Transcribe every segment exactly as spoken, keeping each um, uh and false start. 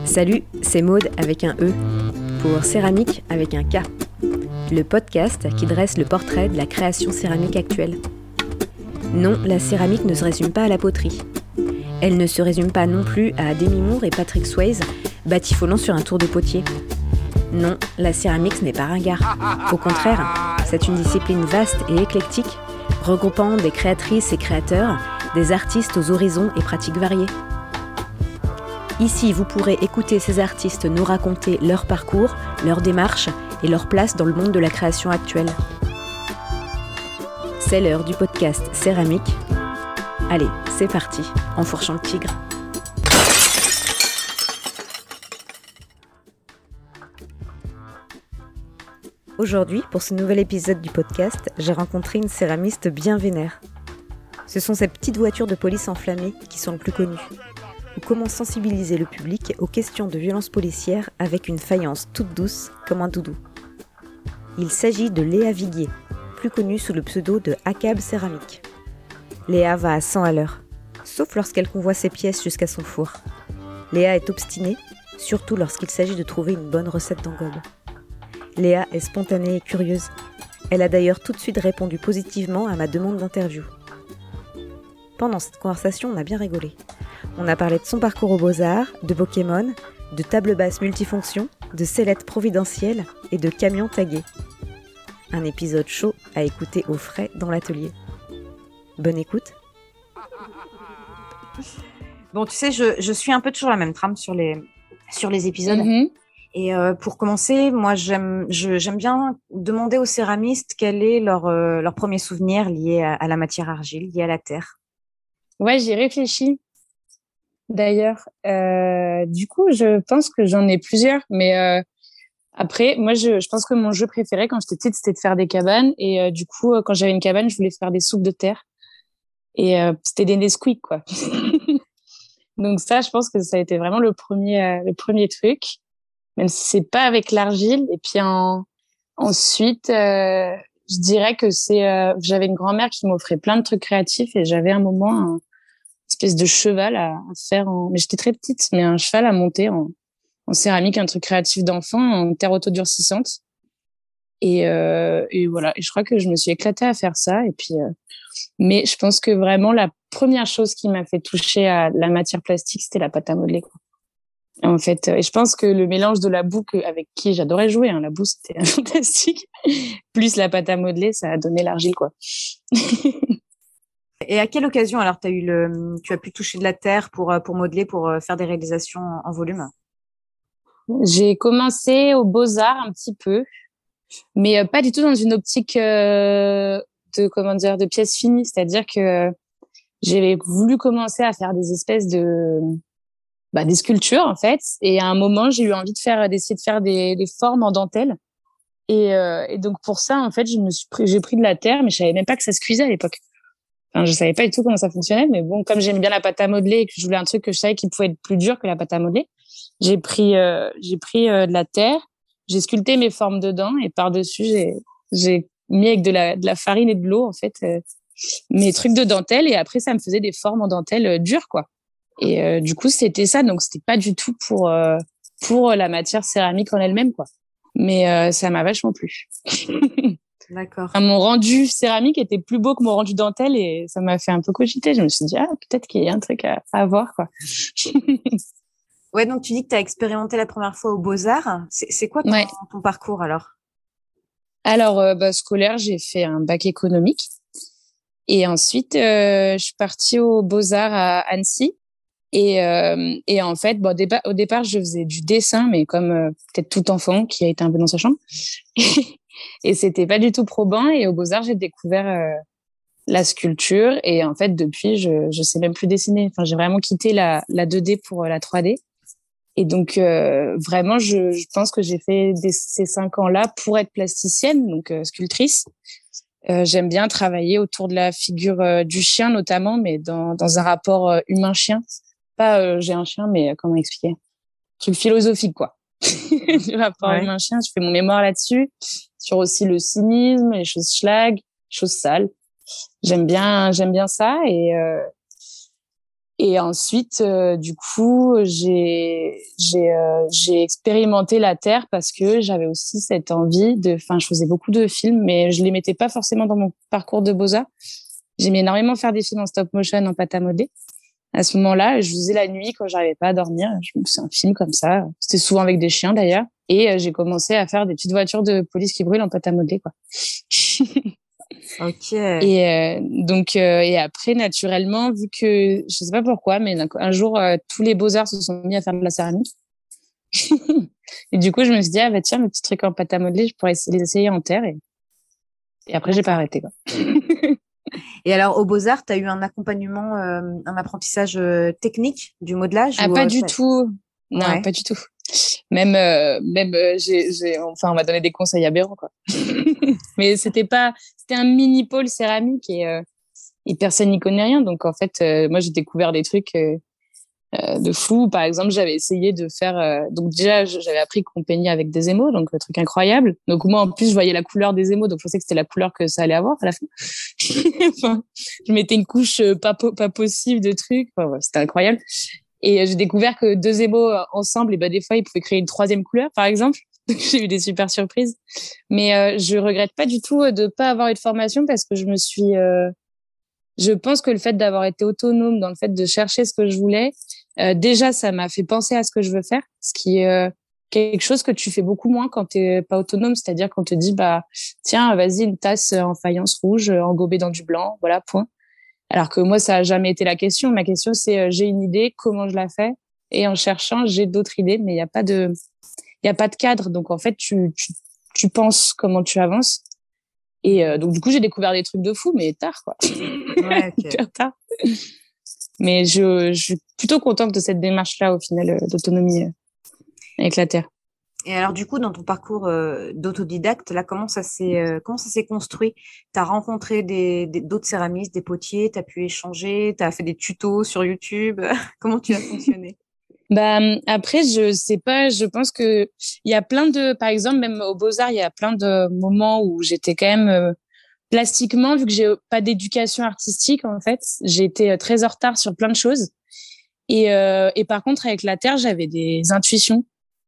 Salut, c'est Maude avec un E, pour Céramique avec un K, le podcast qui dresse le portrait de la création céramique actuelle. Non, la céramique ne se résume pas à la poterie. Elle ne se résume pas non plus à Demi Moore et Patrick Swayze batifolant sur un tour de potier. Non, la céramique ce n'est pas ringard. Au contraire, c'est une discipline vaste et éclectique, regroupant des créatrices et créateurs, des artistes aux horizons et pratiques variées. Ici, vous pourrez écouter ces artistes nous raconter leur parcours, leur démarche et leur place dans le monde de la création actuelle. C'est l'heure du podcast Céramique. Allez, c'est parti, enfourchant le tigre. Aujourd'hui, pour ce nouvel épisode du podcast, j'ai rencontré une céramiste bien vénère. Ce sont ces petites voitures de police enflammées qui sont le plus connues. Ou comment sensibiliser le public aux questions de violences policières avec une faïence toute douce comme un doudou. Il s'agit de Léa Viguier, plus connue sous le pseudo de Acab Céramique. Léa va à cent à l'heure, sauf lorsqu'elle convoie ses pièces jusqu'à son four. Léa est obstinée, surtout lorsqu'il s'agit de trouver une bonne recette d'engobe. Léa est spontanée et curieuse. Elle a d'ailleurs tout de suite répondu positivement à ma demande d'interview. Pendant cette conversation, on a bien rigolé. On a parlé de son parcours aux Beaux-Arts, de Pokémon, de table basse multifonction, de sellettes providentielles et de camions tagués. Un épisode chaud à écouter au frais dans l'atelier. Bonne écoute. Bon, tu sais, je, je suis un peu toujours la même trame sur les, sur les épisodes. Mm-hmm. Et euh, pour commencer, moi, j'aime, je, j'aime bien demander aux céramistes quel est leur, euh, leur premier souvenir lié à, à la matière argile, lié à la terre. Ouais, j'y réfléchis. D'ailleurs, euh, du coup, je pense que j'en ai plusieurs, mais euh, après, moi, je, je pense que mon jeu préféré quand j'étais petite, c'était de faire des cabanes. Et euh, du coup, quand j'avais une cabane, je voulais faire des soupes de terre. Et euh, c'était des Nesquik, quoi. Donc ça, je pense que ça a été vraiment le premier, euh, le premier truc, même si c'est pas avec l'argile. Et puis en, ensuite, euh, je dirais que c'est, euh, j'avais une grand-mère qui m'offrait plein de trucs créatifs et j'avais un moment un espèce de cheval à, à faire en, mais j'étais très petite, mais un cheval à monter en, en céramique, un truc créatif d'enfant en terre autodurcissante. Et, euh, et voilà. Et je crois que je me suis éclatée à faire ça. Et puis, euh, mais je pense que vraiment la première chose qui m'a fait toucher à la matière plastique, c'était la pâte à modeler, quoi. En fait, et je pense que le mélange de la boue que, avec qui j'adorais jouer, hein, la boue c'était fantastique, plus la pâte à modeler, ça a donné l'argile, quoi. Et à quelle occasion alors t'as eu le, tu as pu toucher de la terre pour pour modeler, pour faire des réalisations en volume? J'ai commencé aux Beaux-Arts un petit peu, mais pas du tout dans une optique euh, de comment dire de pièces finies, c'est-à-dire que j'ai voulu commencer à faire des espèces de bah, des sculptures en fait, et à un moment j'ai eu envie de faire d'essayer de faire des, des formes en dentelle, et, euh, et donc pour ça en fait je me suis pris, j'ai pris de la terre, mais je savais même pas que ça se cuisait à l'époque. Enfin, je savais pas du tout comment ça fonctionnait, mais bon, comme j'aime bien la pâte à modeler et que je voulais un truc que je savais qui pouvait être plus dur que la pâte à modeler, j'ai pris, euh, j'ai pris euh, de la terre, j'ai sculpté mes formes dedans et par-dessus, j'ai, j'ai mis avec de la, de la farine et de l'eau, en fait, euh, mes trucs de dentelle, et après, ça me faisait des formes en dentelle euh, dures, quoi. Et euh, du coup, c'était ça, donc c'était pas du tout pour, euh, pour la matière céramique en elle-même, quoi. Mais euh, ça m'a vachement plu. D'accord. Enfin, mon rendu céramique était plus beau que mon rendu dentelle et ça m'a fait un peu cogiter. Je me suis dit, ah, peut-être qu'il y a un truc à, à voir, quoi. Ouais, donc tu dis que tu as expérimenté la première fois aux Beaux-Arts. C'est, c'est quoi ton, ouais. ton parcours alors? Alors, euh, bah, scolaire, j'ai fait un bac économique. Et ensuite, euh, je suis partie aux Beaux-Arts à Annecy. Et, euh, et en fait, bon, au, départ, au départ, je faisais du dessin, mais comme euh, peut-être tout enfant qui a été un peu dans sa chambre. Et c'était pas du tout probant. Et aux Beaux-Arts, j'ai découvert euh, la sculpture. Et en fait, depuis, je je sais même plus dessiner. Enfin, j'ai vraiment quitté la, la deux D pour la trois D. Et donc, euh, vraiment, je, je pense que j'ai fait des, ces cinq ans-là pour être plasticienne, donc euh, sculptrice. Euh, j'aime bien travailler autour de la figure euh, du chien, notamment, mais dans, dans un rapport euh, humain-chien. Pas euh, j'ai un chien, mais euh, comment expliquer? Truc philosophique, quoi. Du rapport ouais. humain-chien. Je fais mon mémoire là-dessus, sur aussi le cynisme, les choses schlag, les choses sales. J'aime bien, j'aime bien ça. Et, euh, Et ensuite, euh, du coup, j'ai j'ai euh, j'ai expérimenté la terre parce que j'avais aussi cette envie de. Enfin, je faisais beaucoup de films, mais je les mettais pas forcément dans mon parcours de Beaux-Arts. J'aimais énormément faire des films en stop motion, en pâte à modeler. À ce moment-là, je faisais la nuit quand j'arrivais pas à dormir. Je me faisais un film comme ça. C'était souvent avec des chiens d'ailleurs. Et euh, j'ai commencé à faire des petites voitures de police qui brûlent en pâte à modeler, quoi. Ok. Et euh, donc euh, et après naturellement, vu que je sais pas pourquoi, mais un jour euh, tous les beaux-arts se sont mis à faire de la céramique. Et du coup, je me suis dit ah bah tiens, mes petits trucs en pâte à modeler, je pourrais essayer, les essayer en terre. Et, et après, j'ai pas arrêté, quoi. Et alors, aux Beaux-Arts, tu as eu un accompagnement, euh, un apprentissage euh, technique du modelage Ah, ou, pas euh, du t'as- tout. Non, Ouais. pas du tout. Même, euh, même, euh, j'ai, j'ai, enfin, on m'a donné des conseils aberrants, quoi. Mais c'était pas, c'était un mini pôle céramique et, euh, et personne n'y connaît rien. Donc, en fait, euh, moi, j'ai découvert des trucs euh, euh, de fou. Par exemple, j'avais essayé de faire, euh, donc déjà, j'avais appris qu'on peignait avec des émaux, donc le truc incroyable. Donc, moi, en plus, je voyais la couleur des émaux, donc je pensais que c'était la couleur que ça allait avoir à la fin. Enfin, je mettais une couche euh, pas, po- pas possible de trucs. Enfin, ouais, c'était incroyable. Et j'ai découvert que deux émaux ensemble, et ben des fois, ils pouvaient créer une troisième couleur, par exemple. Donc, j'ai eu des super surprises. Mais euh, je regrette pas du tout de pas avoir eu de formation parce que je me suis. Euh, je pense que le fait d'avoir été autonome dans le fait de chercher ce que je voulais, euh, déjà, ça m'a fait penser à ce que je veux faire, ce qui est euh, quelque chose que tu fais beaucoup moins quand t'es pas autonome. C'est-à-dire qu'on te dit, bah tiens, vas-y, une tasse en faïence rouge, engobée dans du blanc, voilà, point. Alors que moi, ça a jamais été la question. Ma question, c'est euh, j'ai une idée, comment je la fais? Et en cherchant, j'ai d'autres idées, mais il y a pas de, il y a pas de cadre. Donc en fait, tu, tu, tu penses comment tu avances. Et euh, donc du coup, j'ai découvert des trucs de fou, mais tard, quoi. Ouais, ok. Hyper tard. Mais je, je suis plutôt contente de cette démarche-là, au final, euh, d'autonomie euh, avec la terre. Et alors, du coup, dans ton parcours euh, d'autodidacte, là, comment ça s'est euh, comment ça s'est construit? Tu as rencontré des, des- d'autres céramistes, des potiers, tu as pu échanger, tu as fait des tutos sur YouTube. Comment tu as fonctionné? Bah, après, je sais pas, je pense que il y a plein de, par exemple, même aux Beaux-Arts, il y a plein de moments où j'étais quand même, euh, plastiquement, vu que j'ai pas d'éducation artistique, en fait, j'ai été très en retard sur plein de choses. Et, euh, et par contre, avec la terre, j'avais des intuitions.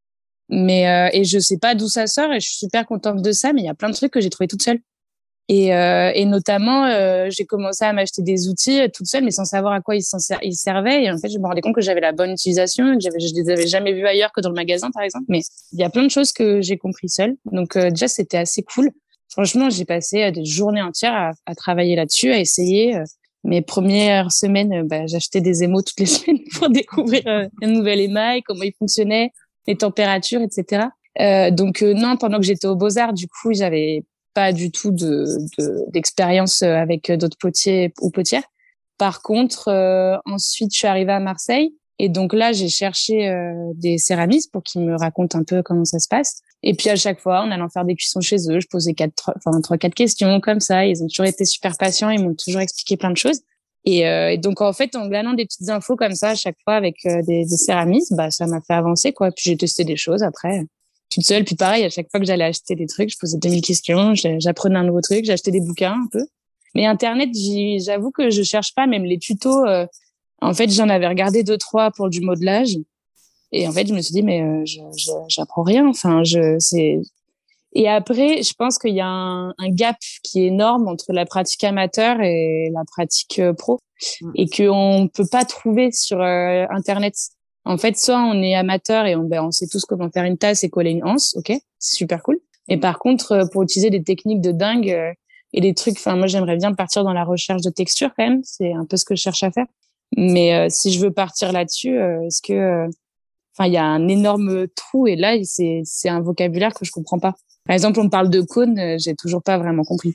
Mais, euh, et je sais pas d'où ça sort et je suis super contente de ça, mais il y a plein de trucs que j'ai trouvé toute seule. Et, euh, et notamment, euh, j'ai commencé à m'acheter des outils euh, toute seule, mais sans savoir à quoi ils, s'en ser- ils servaient. Et en fait, je me rendais compte que j'avais la bonne utilisation, que j'avais, je les avais jamais vus ailleurs que dans le magasin, par exemple. Mais il y a plein de choses que j'ai compris seule. Donc, euh, déjà, c'était assez cool. Franchement, j'ai passé euh, des journées entières à, à travailler là-dessus, à essayer. euh. Mes premières semaines, euh, bah, j'achetais des émaux toutes les semaines pour découvrir euh, un nouvel émail, comment il fonctionnait, les températures, et cetera. Euh, donc euh, non, pendant que j'étais aux Beaux-Arts, du coup, j'avais pas du tout de, de d'expérience avec d'autres potiers ou potières. Par contre, euh, ensuite, je suis arrivée à Marseille et donc là, j'ai cherché euh, des céramistes pour qu'ils me racontent un peu comment ça se passe. Et puis à chaque fois, en allant faire des cuissons chez eux, je posais quatre, enfin trois, quatre questions comme ça. Ils ont toujours été super patients, ils m'ont toujours expliqué plein de choses. Et, euh, et donc en fait, en glanant des petites infos comme ça à chaque fois avec euh, des, des céramistes, bah ça m'a fait avancer quoi. Puis j'ai testé des choses après toute seule. Puis pareil, à chaque fois que j'allais acheter des trucs, je posais deux mille questions, j'apprenais un nouveau truc, j'achetais des bouquins un peu. Mais Internet, j'avoue que je cherche pas, même les tutos. Euh, en fait, j'en avais regardé deux trois pour du modelage. Et en fait, je me suis dit mais euh, je, je, j'apprends rien. Enfin, je c'est. Et après, je pense qu'il y a un, un gap qui est énorme entre la pratique amateur et la pratique euh, pro, et qu'on peut pas trouver sur euh, Internet. En fait, soit on est amateur et on, ben, on sait tous comment faire une tasse et coller une anse, ok, c'est super cool. Et par contre, euh, pour utiliser des techniques de dingue euh, et des trucs, enfin moi j'aimerais bien partir dans la recherche de texture quand même, c'est un peu ce que je cherche à faire. Mais euh, si je veux partir là-dessus, euh, est-ce que, enfin euh, il y a un énorme trou et là c'est c'est un vocabulaire que je comprends pas. Par exemple, on me parle de cône, euh, j'ai toujours pas vraiment compris.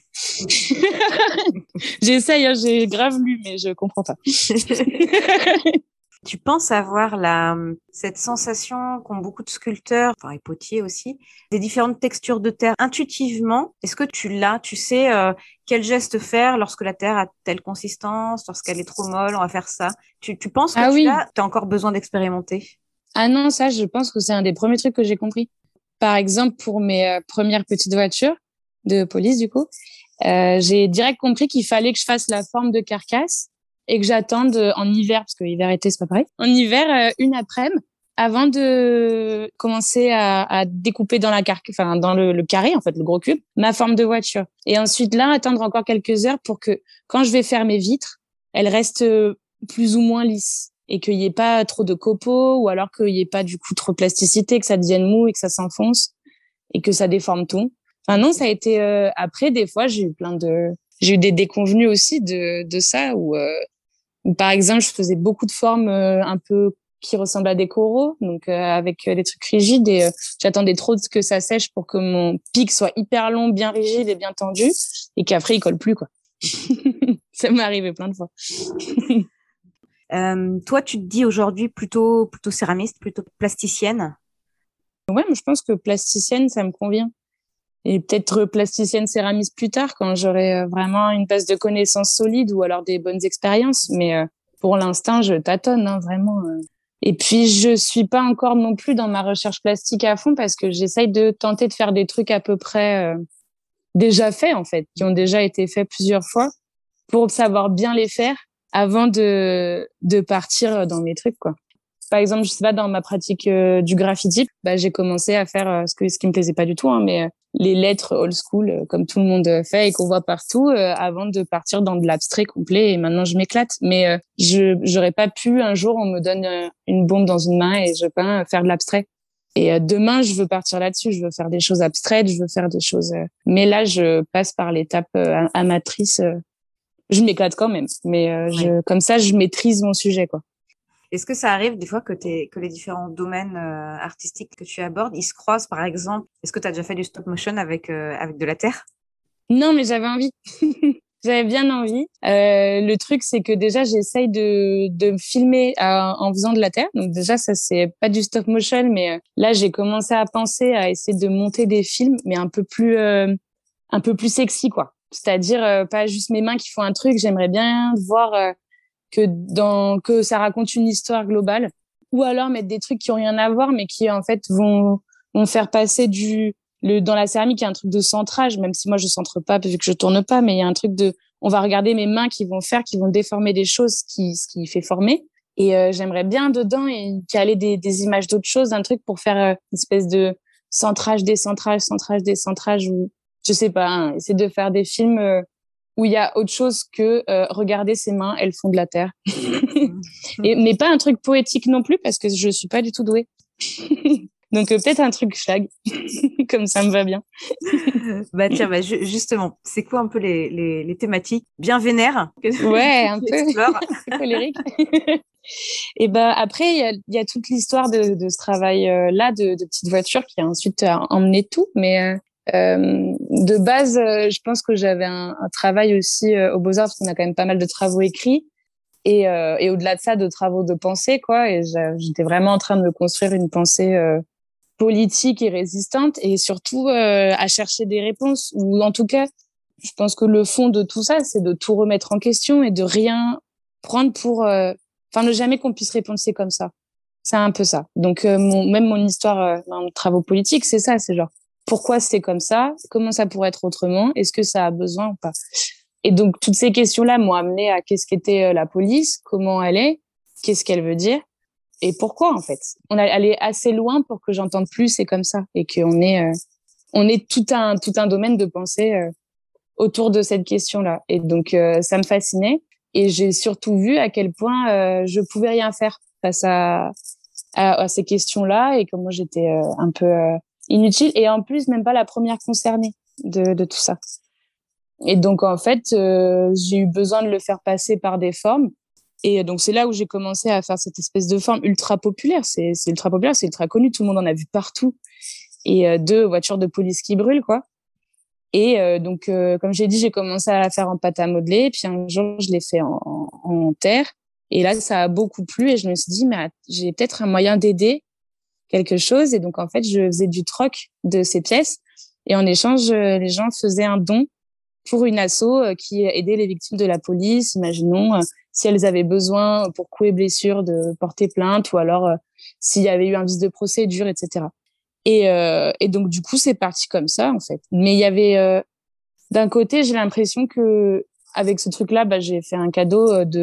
J'essaye, hein, j'ai grave lu, mais je comprends pas. Tu penses avoir la, cette sensation qu'ont beaucoup de sculpteurs, enfin et potiers aussi, des différentes textures de terre intuitivement? Est-ce que tu l'as? Tu sais euh, quel geste faire lorsque la terre a telle consistance, lorsqu'elle est trop molle, on va faire ça. Tu, tu penses que Ah tu oui. l'as? Tu as encore besoin d'expérimenter? Ah non, ça, je pense que c'est un des premiers trucs que j'ai compris. Par exemple, pour mes euh, premières petites voitures de police, du coup, euh, j'ai direct compris qu'il fallait que je fasse la forme de carcasse et que j'attende en hiver, parce que hiver été c'est pas pareil, en hiver euh, une après-midi avant de commencer à, à découper dans la car- enfin dans le, le carré en fait, le gros cube, ma forme de voiture. Et ensuite là, attendre encore quelques heures pour que quand je vais faire mes vitres, elles restent plus ou moins lisses et qu'il y ait pas trop de copeaux ou alors qu'il y ait pas du coup trop de plasticité, que ça devienne mou et que ça s'enfonce et que ça déforme tout. Enfin non, ça a été euh, après des fois j'ai eu plein de j'ai eu des déconvenues aussi de de ça où, euh, où par exemple je faisais beaucoup de formes euh, un peu qui ressemblent à des coraux, donc euh, avec euh, des trucs rigides et euh, j'attendais trop que ça sèche pour que mon pic soit hyper long, bien rigide et bien tendu et qu'après il colle plus quoi. Ça m'est arrivé plein de fois. Euh, toi, tu te dis aujourd'hui plutôt plutôt céramiste, plutôt plasticienne. Ouais, mais je pense que plasticienne, ça me convient. Et peut-être plasticienne céramiste plus tard, quand j'aurai vraiment une base de connaissances solides ou alors des bonnes expériences. Mais euh, pour l'instant, je tâtonne, hein, vraiment. Euh. Et puis, je suis pas encore non plus dans ma recherche plastique à fond parce que j'essaye de tenter de faire des trucs à peu près euh, déjà faits, en fait, qui ont déjà été faits plusieurs fois pour savoir bien les faire avant de, de partir dans mes trucs, quoi. Par exemple, je sais pas, dans ma pratique euh, du graffiti, bah, j'ai commencé à faire euh, ce, que, ce qui me plaisait pas du tout, hein, mais euh, les lettres old school, euh, comme tout le monde fait et qu'on voit partout, euh, avant de partir dans de l'abstrait complet. Et maintenant, je m'éclate. Mais euh, je j'aurais pas pu, un jour, on me donne euh, une bombe dans une main et je peins, euh, faire de l'abstrait. Et euh, demain, je veux partir là-dessus. Je veux faire des choses abstraites, je veux faire des choses... Euh... Mais là, je passe par l'étape euh, amatrice. Euh... Je m'éclate quand même. Mais euh, je, ouais. Comme ça, je maîtrise mon sujet, quoi. Est-ce que ça arrive des fois que, t'es, que les différents domaines euh, artistiques que tu abordes, ils se croisent par exemple? Est-ce que tu as déjà fait du stop motion avec, euh, avec de la terre? Non, mais j'avais envie. J'avais bien envie. Euh, le truc, c'est que déjà, j'essaye de, de me filmer à, en faisant de la terre. Donc déjà, ça, c'est pas du stop motion, mais euh, là, j'ai commencé à penser à essayer de monter des films, mais un peu plus, euh, un peu plus sexy, quoi. C'est-à-dire euh, pas juste mes mains qui font un truc. J'aimerais bien voir... Euh, que dans que ça raconte une histoire globale, ou alors mettre des trucs qui ont rien à voir mais qui en fait vont vont faire passer du le dans la céramique il y a un truc de centrage, même si moi je centre pas vu que je tourne pas, mais il y a un truc de on va regarder mes mains qui vont faire qui vont déformer des choses qui ce qui fait former et euh, j'aimerais bien dedans et caler des des images d'autres choses, un truc pour faire euh, une espèce de centrage décentrage centrage décentrage ou je sais pas hein, essayer de faire des films euh, où il y a autre chose que euh, regarder ses mains, elles font de la terre. Et, mais pas un truc poétique non plus, parce que je suis pas du tout douée. Donc euh, peut-être un truc schlag, comme ça me va bien. Bah tiens, bah, ju- justement, c'est quoi un peu les, les, les thématiques bien vénères que ouais, un peu. C'est colérique. Et ben après, il y a, y a toute l'histoire de, de ce travail-là de, de petite voiture qui a ensuite emmené tout, mais... Euh, Euh, de base, euh, je pense que j'avais un, un travail aussi euh, aux Beaux-Arts parce qu'on a quand même pas mal de travaux écrits et, euh, et au-delà de ça, de travaux de pensée, quoi. Et j'étais vraiment en train de me construire une pensée euh, politique et résistante et surtout euh, à chercher des réponses. Ou en tout cas, je pense que le fond de tout ça, c'est de tout remettre en question et de rien prendre pour, euh, enfin, ne jamais qu'on puisse répondre c'est comme ça. C'est un peu ça. Donc euh, mon, même mon histoire, euh, mon travaux politiques, c'est ça, c'est genre. Pourquoi c'est comme ça? Comment ça pourrait être autrement? Est-ce que ça a besoin ou pas? Et donc, toutes ces questions-là m'ont amené à qu'est-ce qu'était la police, comment elle est, qu'est-ce qu'elle veut dire et pourquoi, en fait. On est allé assez loin pour que j'entende plus c'est comme ça et qu'on ait, euh, on ait tout un, tout un domaine de pensée euh, autour de cette question-là. Et donc, euh, ça me fascinait. Et j'ai surtout vu à quel point euh, je pouvais rien faire face à, à, à ces questions-là et comment j'étais euh, un peu... Euh, inutile et en plus même pas la première concernée de, de tout ça. Et donc en fait euh, j'ai eu besoin de le faire passer par des formes et donc c'est là où j'ai commencé à faire cette espèce de forme ultra populaire. C'est, c'est ultra populaire, c'est ultra connu, tout le monde en a vu partout et euh, deux voitures de police qui brûlent quoi. Et euh, donc euh, comme j'ai dit j'ai commencé à la faire en pâte à modeler puis un jour je l'ai fait en, en, en terre et là ça a beaucoup plu et je me suis dit mais j'ai peut-être un moyen d'aider quelque chose. Et donc, en fait, je faisais du troc de ces pièces. Et en échange, les gens faisaient un don pour une asso qui aidait les victimes de la police. Imaginons si elles avaient besoin pour coups et blessures de porter plainte ou alors s'il y avait eu un vice de procédure, et cetera. Et, euh, et donc, du coup, c'est parti comme ça, en fait. Mais il y avait, euh, d'un côté, j'ai l'impression que avec ce truc-là, bah, j'ai fait un cadeau de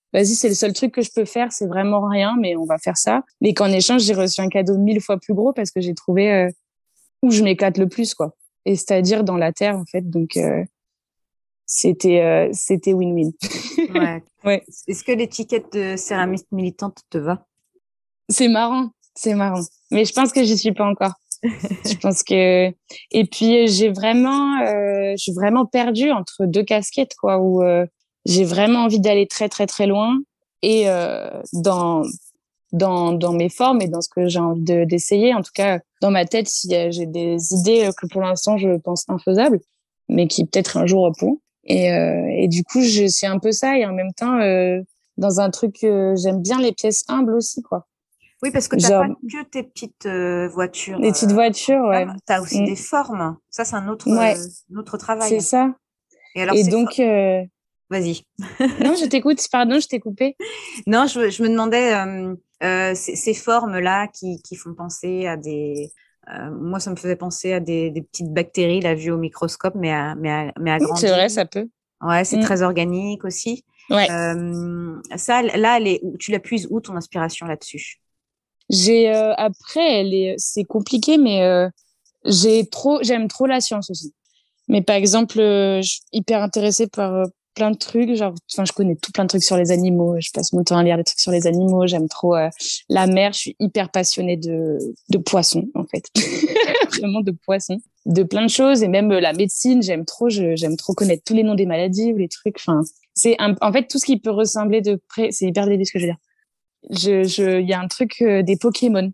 vas-y, c'est le seul truc que je peux faire, c'est vraiment rien, mais on va faire ça. Mais qu'en échange, j'ai reçu un cadeau mille fois plus gros parce que j'ai trouvé euh, où je m'éclate le plus, quoi. Et c'est-à-dire dans la terre, en fait. Donc, euh, c'était, euh, c'était win-win. Ouais. Ouais. Est-ce que l'étiquette de céramiste militante te va? C'est marrant, c'est marrant. Mais je pense que j'y suis pas encore. Je pense que et puis j'ai vraiment euh, je suis vraiment perdue entre deux casquettes quoi où euh, j'ai vraiment envie d'aller très très très loin et euh, dans dans dans mes formes et dans ce que j'ai envie de, d'essayer en tout cas dans ma tête si j'ai des idées que pour l'instant je pense infaisables mais qui peut-être un jour pourront et euh, et du coup je suis un peu ça et en même temps euh, dans un truc euh, j'aime bien les pièces humbles aussi quoi. Oui, parce que tu n'as Genre pas que tes petites euh, voitures. les petites voitures ouais. Tu as aussi Mm. des formes. Ça, c'est un autre, Ouais, euh, un autre travail. c'est ça. Et alors, Et c'est donc, euh... vas-y. non, je t'écoute. Pardon, je t'ai coupé. Non, je, je me demandais euh, euh, ces, ces formes-là qui, qui font penser à des. Euh, moi, ça me faisait penser à des, des petites bactéries, là, vues au microscope, mais à, mais à, mais Oui, c'est agrandies. vrai, ça peut. Ouais, c'est Mm. très organique aussi. Ouais. Euh, ça, là, elle est, tu la puises où ton inspiration là-dessus? J'ai euh, après, elle est, c'est compliqué, mais euh, j'ai trop, j'aime trop la science aussi. Mais par exemple, euh, je suis hyper intéressée par euh, plein de trucs. Genre, enfin, je connais tout plein de trucs sur les animaux. Je passe mon temps à lire des trucs sur les animaux. J'aime trop euh, la mer. Je suis hyper passionnée de de poissons, en fait, vraiment de poissons, de plein de choses et même euh, la médecine. J'aime trop. Je, j'aime trop connaître tous les noms des maladies ou les trucs. Enfin, c'est un, en fait tout ce qui peut ressembler de près. C'est hyper débile ce que je veux dire. Je, je, il y a un truc euh, des Pokémon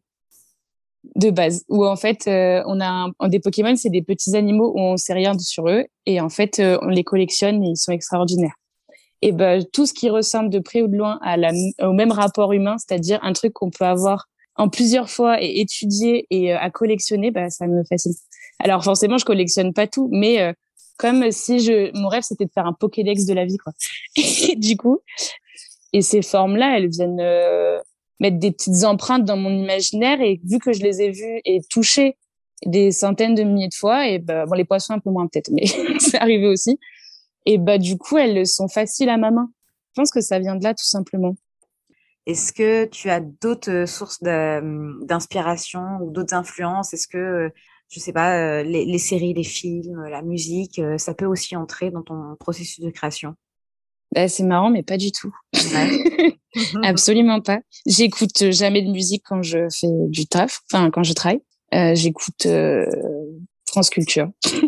de base où en fait euh, on a un, des Pokémon, c'est des petits animaux où on sait rien sur eux et en fait euh, on les collectionne et ils sont extraordinaires. Et ben tout ce qui ressemble de près ou de loin à la, au même rapport humain, c'est-à-dire un truc qu'on peut avoir en plusieurs fois et étudier et euh, à collectionner, bah ça me fascine. Alors forcément je collectionne pas tout, mais euh, comme si je, mon rêve c'était de faire un Pokédex de la vie quoi. Et du coup, et ces formes-là, elles viennent euh, mettre des petites empreintes dans mon imaginaire. Et vu que je les ai vues et touchées des centaines de milliers de fois, et bah, bon, les poissons un peu moins peut-être, mais c'est arrivé aussi. Et bah du coup, elles sont faciles à ma main. Je pense que ça vient de là tout simplement. Est-ce que tu as d'autres sources de, d'inspiration ou d'autres influences? Est-ce que, je sais pas, les, les séries, les films, la musique, ça peut aussi entrer dans ton processus de création? Bah, c'est marrant, mais pas du tout. Ouais. Absolument pas. J'écoute jamais de musique quand je fais du taf, enfin quand je travaille. Euh, j'écoute euh, France Culture,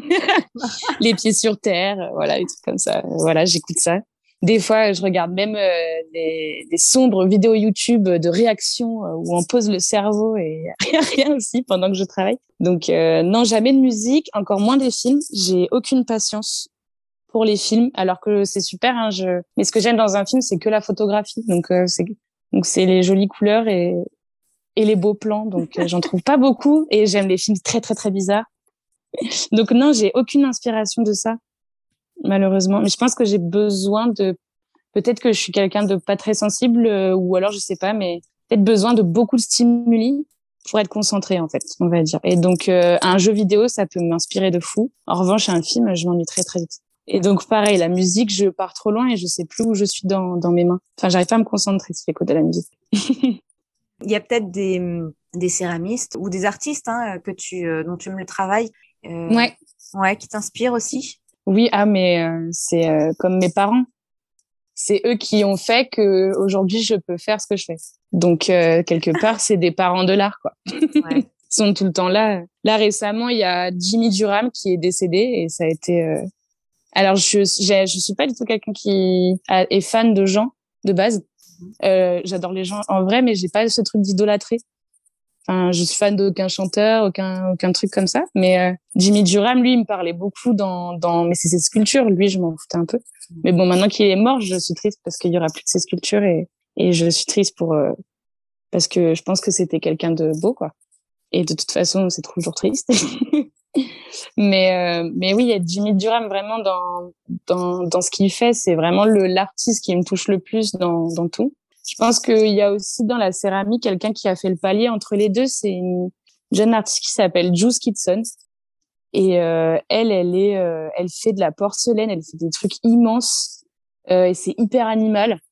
Les Pieds sur Terre, voilà, des trucs comme ça. Voilà, j'écoute ça. Des fois, je regarde même euh, des, des sombres vidéos YouTube de réaction euh, où on pose le cerveau et rien, rien aussi pendant que je travaille. Donc euh, non, jamais de musique, encore moins des films. J'ai aucune patience pour les films, alors que c'est super. Hein, je... Mais ce que j'aime dans un film, c'est que la photographie. Donc, euh, c'est donc c'est les jolies couleurs et et les beaux plans. Donc, euh, j'en trouve pas beaucoup. Et j'aime les films très très très bizarres. Donc non, j'ai aucune inspiration de ça, malheureusement. Mais je pense que j'ai besoin de. Peut-être que je suis quelqu'un de pas très sensible, euh, ou alors je sais pas, mais peut-être besoin de beaucoup de stimuli pour être concentré en fait, on va dire. Et donc, euh, un jeu vidéo, ça peut m'inspirer de fou. En revanche, un film, je m'ennuie très très vite. Et donc, pareil, la musique, je pars trop loin et je sais plus où je suis dans, dans mes mains. Enfin, j'arrive pas à me concentrer si j'écoute de la musique. Il y a peut-être des, des céramistes ou des artistes hein, que tu, euh, dont tu aimes le travail, euh, Ouais. Ouais, qui t'inspirent aussi. Oui, ah, mais euh, c'est euh, comme mes parents. C'est eux qui ont fait que aujourd'hui je peux faire ce que je fais. Donc, euh, quelque part, c'est des parents de l'art, quoi. Ouais. Ils sont tout le temps là. Là, récemment, il y a Jimmy Durham qui est décédé et ça a été... Euh... Alors, je j'ai, je suis pas du tout quelqu'un qui a, est fan de gens, de base. Euh, j'adore les gens en vrai, mais j'ai pas ce truc d'idolâtrer. Enfin, je suis fan d'aucun chanteur, aucun aucun truc comme ça. Mais euh, Jimmy Durham, lui, il me parlait beaucoup dans dans. Mais c'est ses sculptures. Lui, je m'en foutais un peu. Mais bon, maintenant qu'il est mort, je suis triste parce qu'il y aura plus de ses sculptures et et je suis triste pour euh, parce que je pense que c'était quelqu'un de beau, quoi. Et de toute façon, c'est toujours triste. mais euh, mais oui, il y a Jimmy Durham vraiment dans dans dans ce qu'il fait, c'est vraiment le l'artiste qui me touche le plus dans dans tout. Je pense qu'il y a aussi dans la céramie quelqu'un qui a fait le palier entre les deux, c'est une jeune artiste qui s'appelle Juice Kitson et euh, elle elle est euh, elle fait de la porcelaine, elle fait des trucs immenses euh, et c'est hyper animal.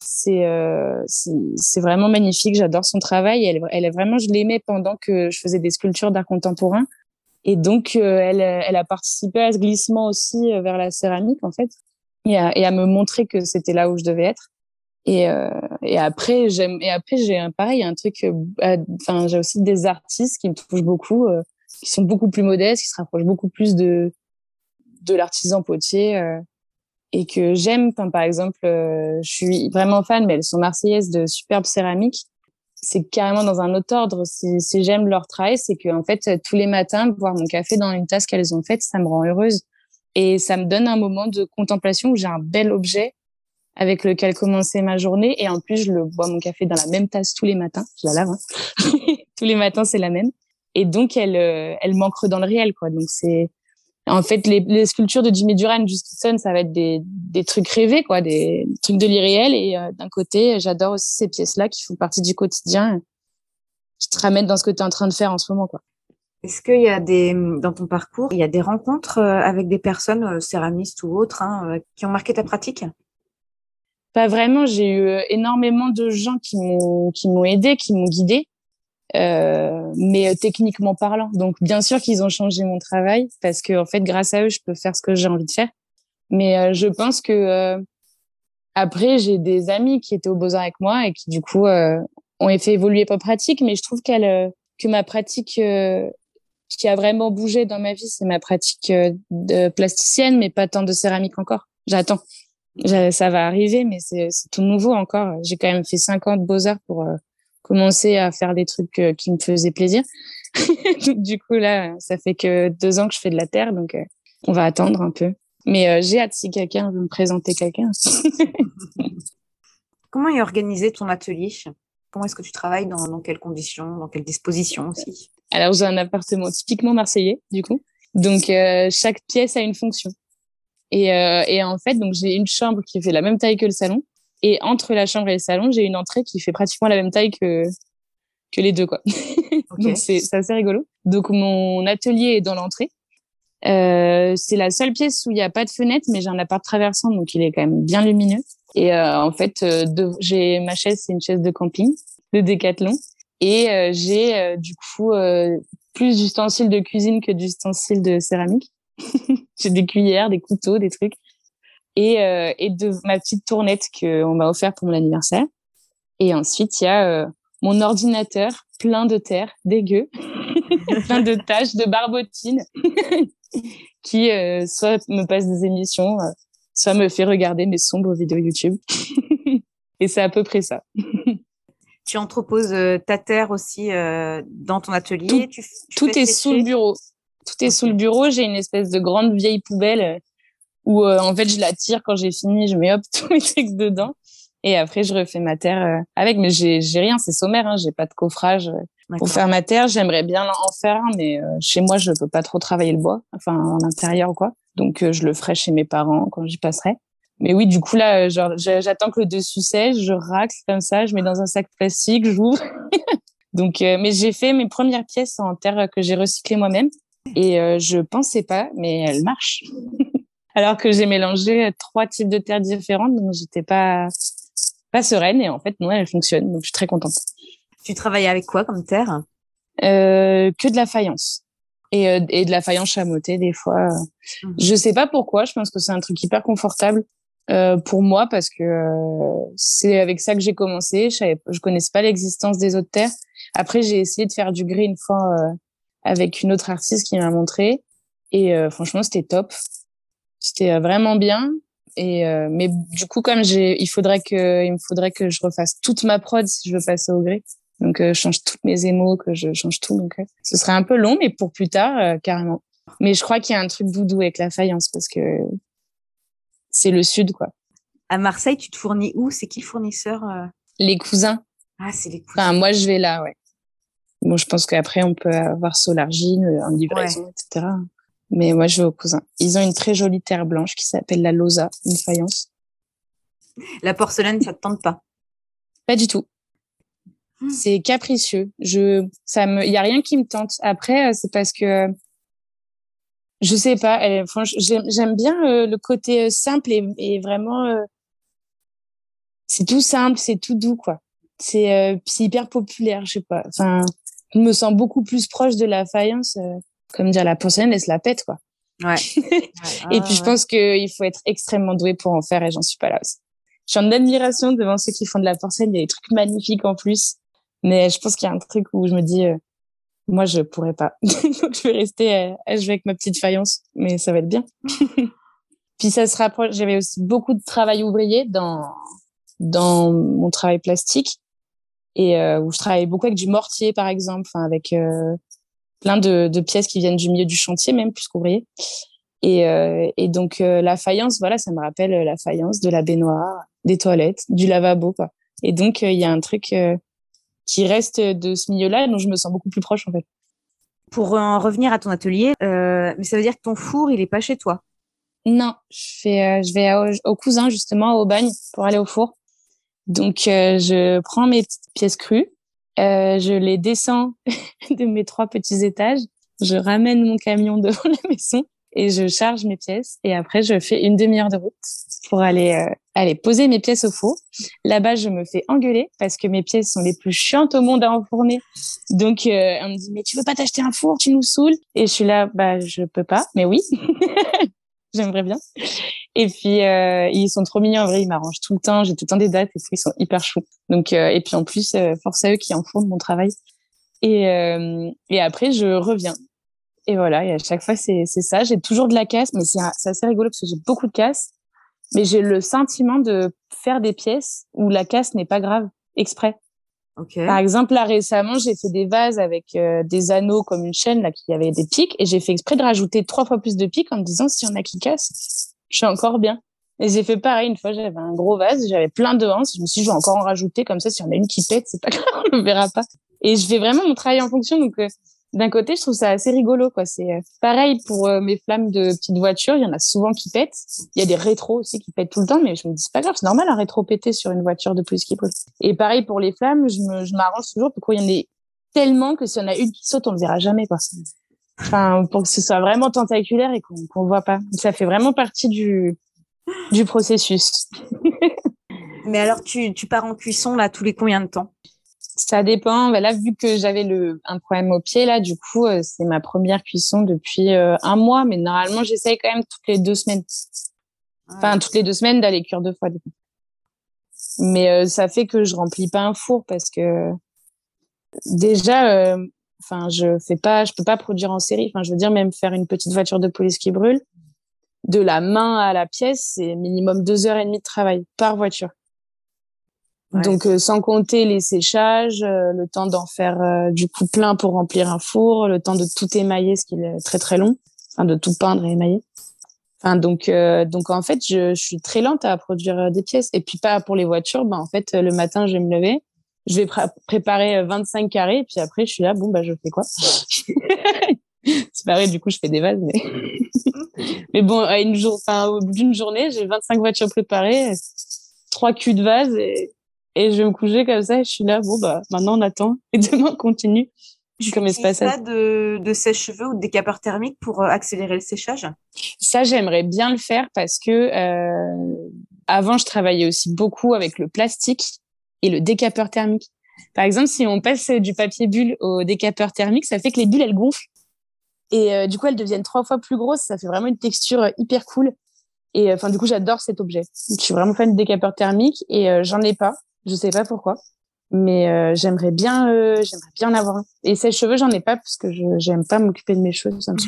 C'est, euh, c'est, c'est vraiment magnifique. J'adore son travail. Elle, elle est vraiment, je l'aimais pendant que je faisais des sculptures d'art contemporain. Et donc, euh, elle, elle a participé à ce glissement aussi vers la céramique, en fait, et à, et à me montrer que c'était là où je devais être. Et, euh, et après, j'aime, et après, j'ai un, pareil, un truc, enfin, euh, j'ai aussi des artistes qui me touchent beaucoup, euh, qui sont beaucoup plus modestes, qui se rapprochent beaucoup plus de, de l'artisan potier, euh, et que j'aime. Enfin, par exemple, euh, je suis vraiment fan, mais elles sont marseillaises, de Superbe Céramique. C'est carrément dans un autre ordre. Si, si j'aime leur travail, c'est que, en fait, tous les matins, boire mon café dans une tasse qu'elles ont faite, ça me rend heureuse. Et ça me donne un moment de contemplation où j'ai un bel objet avec lequel commencer ma journée. Et en plus, je le bois mon café dans la même tasse tous les matins. Je la lave, hein. Tous les matins, c'est la même. Et donc, elle, euh, elle m'ancre dans le réel, quoi. Donc, c'est, en fait, les, les sculptures de Jimmy Duran, Justin, ça va être des, des trucs rêvés, quoi, des trucs de l'irréel. Et euh, d'un côté, j'adore aussi ces pièces-là qui font partie du quotidien, qui te ramènent dans ce que tu es en train de faire en ce moment, quoi. Est-ce qu'il y a des, dans ton parcours, il y a des rencontres avec des personnes, céramistes ou autres, hein, qui ont marqué ta pratique? Pas vraiment. J'ai eu énormément de gens qui m'ont, qui m'ont aidé, qui m'ont guidé. Euh, mais techniquement parlant. Donc, bien sûr qu'ils ont changé mon travail parce que, en fait, grâce à eux, je peux faire ce que j'ai envie de faire. Mais euh, je pense que euh, après, j'ai des amis qui étaient au Beaux-Arts avec moi et qui, du coup, euh, ont fait évoluer ma pratique. Mais je trouve qu'elle, euh, que ma pratique euh, qui a vraiment bougé dans ma vie, c'est ma pratique euh, de plasticienne, mais pas tant de céramique encore. J'attends. J'ai, ça va arriver, mais c'est, c'est tout nouveau encore. J'ai quand même fait cinq ans de Beaux-Arts pour euh, commencer à faire des trucs euh, qui me faisaient plaisir. Du coup, là, ça fait que deux ans que je fais de la terre, donc euh, on va attendre un peu. Mais euh, j'ai hâte si quelqu'un veut me présenter quelqu'un. Comment est organisé ton atelier? Comment est-ce que tu travailles? Dans, dans quelles conditions? Dans quelles dispositions aussi? Alors, j'ai un appartement typiquement marseillais, du coup. Donc, euh, chaque pièce a une fonction. Et, euh, et en fait, donc j'ai une chambre qui fait la même taille que le salon. Et entre la chambre et le salon, j'ai une entrée qui fait pratiquement la même taille que, que les deux, quoi. Okay. Donc, c'est, c'est assez rigolo. Donc, mon atelier est dans l'entrée. Euh, c'est la seule pièce où il n'y a pas de fenêtre, mais j'ai un appart traversant, donc il est quand même bien lumineux. Et euh, en fait, euh, de, j'ai ma chaise, c'est une chaise de camping, de Décathlon. Et euh, j'ai euh, du coup euh, plus d'ustensiles de cuisine que d'ustensiles de céramique. J'ai des cuillères, des couteaux, des trucs. Et, euh, et de ma petite tournette qu'on m'a offert pour mon anniversaire. Et ensuite, il y a euh, mon ordinateur plein de terre, dégueu, plein de taches, de barbotines, qui euh, soit me passe des émissions, euh, soit me fait regarder mes sombres vidéos YouTube. Et c'est à peu près ça. Tu entreposes ta terre aussi euh, dans ton atelier? Tout, tu, tu tout fais est sécher? sous le bureau. Tout est okay. Sous le bureau. J'ai une espèce de grande vieille poubelle où, euh, en fait, je la tire quand j'ai fini. Je mets hop tous mes trucs dedans. Et après, je refais ma terre euh, avec. Mais j'ai, j'ai rien, c'est sommaire. Hein. J'ai pas de coffrage euh, pour faire ma terre. J'aimerais bien en faire un, mais euh, chez moi, je peux pas trop travailler le bois, enfin en intérieur ou quoi. Donc, euh, je le ferai chez mes parents quand j'y passerai. Mais oui, du coup, là, genre, j'attends que le dessus sèche, je racle comme ça, je mets dans un sac plastique, j'ouvre. Donc, euh, mais j'ai fait mes premières pièces en terre que j'ai recyclées moi-même. Et euh, je pensais pas, mais elles marchent. Alors que j'ai mélangé trois types de terres différentes, donc j'étais pas, pas sereine. Et en fait, non, elles fonctionnent, donc je suis très contente. Tu travailles avec quoi comme terre? euh, Que de la faïence. Et, euh, et de la faïence chamotée, des fois. Mmh. Je sais pas pourquoi, je pense que c'est un truc hyper confortable. Euh, pour moi, parce que euh, c'est avec ça que j'ai commencé. Je savais, je connaissais pas l'existence des autres terres. Après, j'ai essayé de faire du gris une fois euh, avec une autre artiste qui m'a montré, et euh, franchement, c'était top. C'était vraiment bien. Et euh, mais du coup, comme j'ai, il faudrait que, il me faudrait que je refasse toute ma prod si je veux passer au gris. Donc, euh, je change toutes mes émaux, que je change tout. Donc, euh, ce serait un peu long, mais pour plus tard, euh, carrément. Mais je crois qu'il y a un truc doudou avec la faïence parce que c'est le sud, quoi. À Marseille, tu te fournis où? C'est qui le fournisseur? Les cousins. Ah, c'est les cousins. Enfin, moi, je vais là, ouais. Bon, je pense qu'après, on peut avoir Solargine, en livraison, ouais. et cetera. Mais moi, je vais aux cousins. Ils ont une très jolie terre blanche qui s'appelle la Loza, une faïence. La porcelaine, ça te tente pas? Pas du tout. Mmh. C'est capricieux. Je, ça me, il y a rien qui me tente. Après, c'est parce que je sais pas. Elle, franchement, j'aime, j'aime bien euh, le côté simple et, et vraiment. Euh, c'est tout simple, c'est tout doux, quoi. C'est, euh, c'est hyper populaire, je sais pas. Enfin, je me sens beaucoup plus proche de la faïence. Euh, comme dire, la porcelaine, elle se la pète, quoi. Ouais. Et Ah, puis, je ouais. pense qu'il faut être extrêmement doué pour en faire et j'en suis pas là aussi. Je suis en admiration devant ceux qui font de la porcelaine. Il y a des trucs magnifiques en plus. Mais je pense qu'il y a un truc où je me dis, euh, moi, je pourrais pas. Donc, je vais rester à, à jouer avec ma petite faïence. Mais ça va être bien. Puis, ça se rapproche. J'avais aussi beaucoup de travail ouvrier dans, dans mon travail plastique. Et euh, où je travaillais beaucoup avec du mortier, par exemple, enfin, avec euh, plein de, de pièces qui viennent du milieu du chantier, même plus qu'ouvrier. Et, euh, et donc, euh, la faïence, voilà, ça me rappelle la faïence de la baignoire, des toilettes, du lavabo, quoi. Et donc, il euh, y a un truc euh, qui reste de ce milieu-là, dont je me sens beaucoup plus proche, en fait. Pour en revenir à ton atelier, euh, mais ça veut dire que ton four, il est pas chez toi? Non, je fais, euh, je vais au, au cousin, justement, au bagne, pour aller au four. Donc, euh, je prends mes petites pièces crues, euh, je les descends de mes trois petits étages, je ramène mon camion devant la maison et je charge mes pièces. Et après, je fais une demi-heure de route pour aller, euh, aller poser mes pièces au four. Là-bas, je me fais engueuler parce que mes pièces sont les plus chiantes au monde à enfourner. Donc, euh, on me dit, mais tu veux pas t'acheter un four, tu nous saoules. Et je suis là, bah, je peux pas, mais oui. J'aimerais bien. Et puis, euh, ils sont trop mignons, en vrai, ils m'arrangent tout le temps. J'ai tout le temps des dates et tout, ils sont hyper choux. Donc, euh, et puis en plus, euh, force à eux qui en font de mon travail. Et, euh, et après, je reviens. Et voilà, et à chaque fois, c'est, c'est ça. J'ai toujours de la casse, mais c'est, c'est assez rigolo parce que j'ai beaucoup de casse. Mais j'ai le sentiment de faire des pièces où la casse n'est pas grave, exprès. Okay. Par exemple, là, récemment, j'ai fait des vases avec euh, des anneaux comme une chaîne, là, qui avait des pics. Et j'ai fait exprès de rajouter trois fois plus de pics en me disant, s'il y en a qui cassent, je suis encore bien. Et j'ai fait pareil. Une fois, j'avais un gros vase, j'avais plein de hanches. Je me suis dit, je vais encore en rajouter. Comme ça, s'il y en a une qui pète, c'est pas grave, on le verra pas. Et je fais vraiment mon travail en fonction. Donc, euh, d'un côté, je trouve ça assez rigolo, quoi. C'est euh, pareil pour euh, mes flammes de petites voitures. Il y en a souvent qui pètent. Il y a des rétros aussi qui pètent tout le temps, mais je me dis, c'est pas grave, c'est normal un rétro péter sur une voiture de police qui brûle. Et pareil pour les flammes, je me, je m'arrange toujours pour qu'il y en ait tellement que s'il y en a une qui saute, on le verra jamais, quoi. Enfin, pour que ce soit vraiment tentaculaire et qu'on, qu'on voit pas. Ça fait vraiment partie du, du processus. Mais alors, tu, tu pars en cuisson, là, tous les combien de temps? Ça dépend. Là, vu que j'avais le un problème au pied, là, du coup, euh, c'est ma première cuisson depuis euh, un mois. Mais normalement, j'essaye quand même toutes les deux semaines. Enfin, toutes les deux semaines d'aller cuire deux fois. Du coup. Mais euh, ça fait que je remplis pas un four parce que déjà, euh, enfin, je fais pas, je peux pas produire en série. Enfin, je veux dire, même faire une petite voiture de police qui brûle, de la main à la pièce, c'est minimum deux heures et demie de travail par voiture. Ouais. Donc, euh, sans compter les séchages, euh, le temps d'en faire euh, du coup plein pour remplir un four, le temps de tout émailler, ce qui est très très long, enfin de tout peindre et émailler. Enfin donc euh, donc en fait, je, je suis très lente à produire des pièces. Et puis pas pour les voitures, ben en fait le matin je vais me lever, je vais pr- préparer vingt-cinq carrés, et puis après je suis là, bon bah je fais quoi? C'est pareil, du coup je fais des vases, mais mais bon à une jour, enfin au bout d'une journée, j'ai vingt-cinq voitures préparées, trois culs de vases et Et je vais me coucher comme ça et je suis là, bon, bah, maintenant on attend et demain on continue. Tu comme utilises ça de, de sèche-cheveux ou de décapeur thermique pour accélérer le séchage? Ça, j'aimerais bien le faire parce que euh, avant, je travaillais aussi beaucoup avec le plastique et le décapeur thermique. Par exemple, si on passe du papier bulle au décapeur thermique, ça fait que les bulles, elles gonflent. Et euh, du coup, elles deviennent trois fois plus grosses. Ça fait vraiment une texture hyper cool. Et enfin, euh, du coup, j'adore cet objet. Je suis vraiment fan du décapeur thermique et euh, j'en ai pas. Je sais pas pourquoi, mais euh, j'aimerais bien, euh, j'aimerais bien en avoir un. Et sèche-cheveux, j'en ai pas parce que je j'aime pas m'occuper de mes cheveux. Ça me...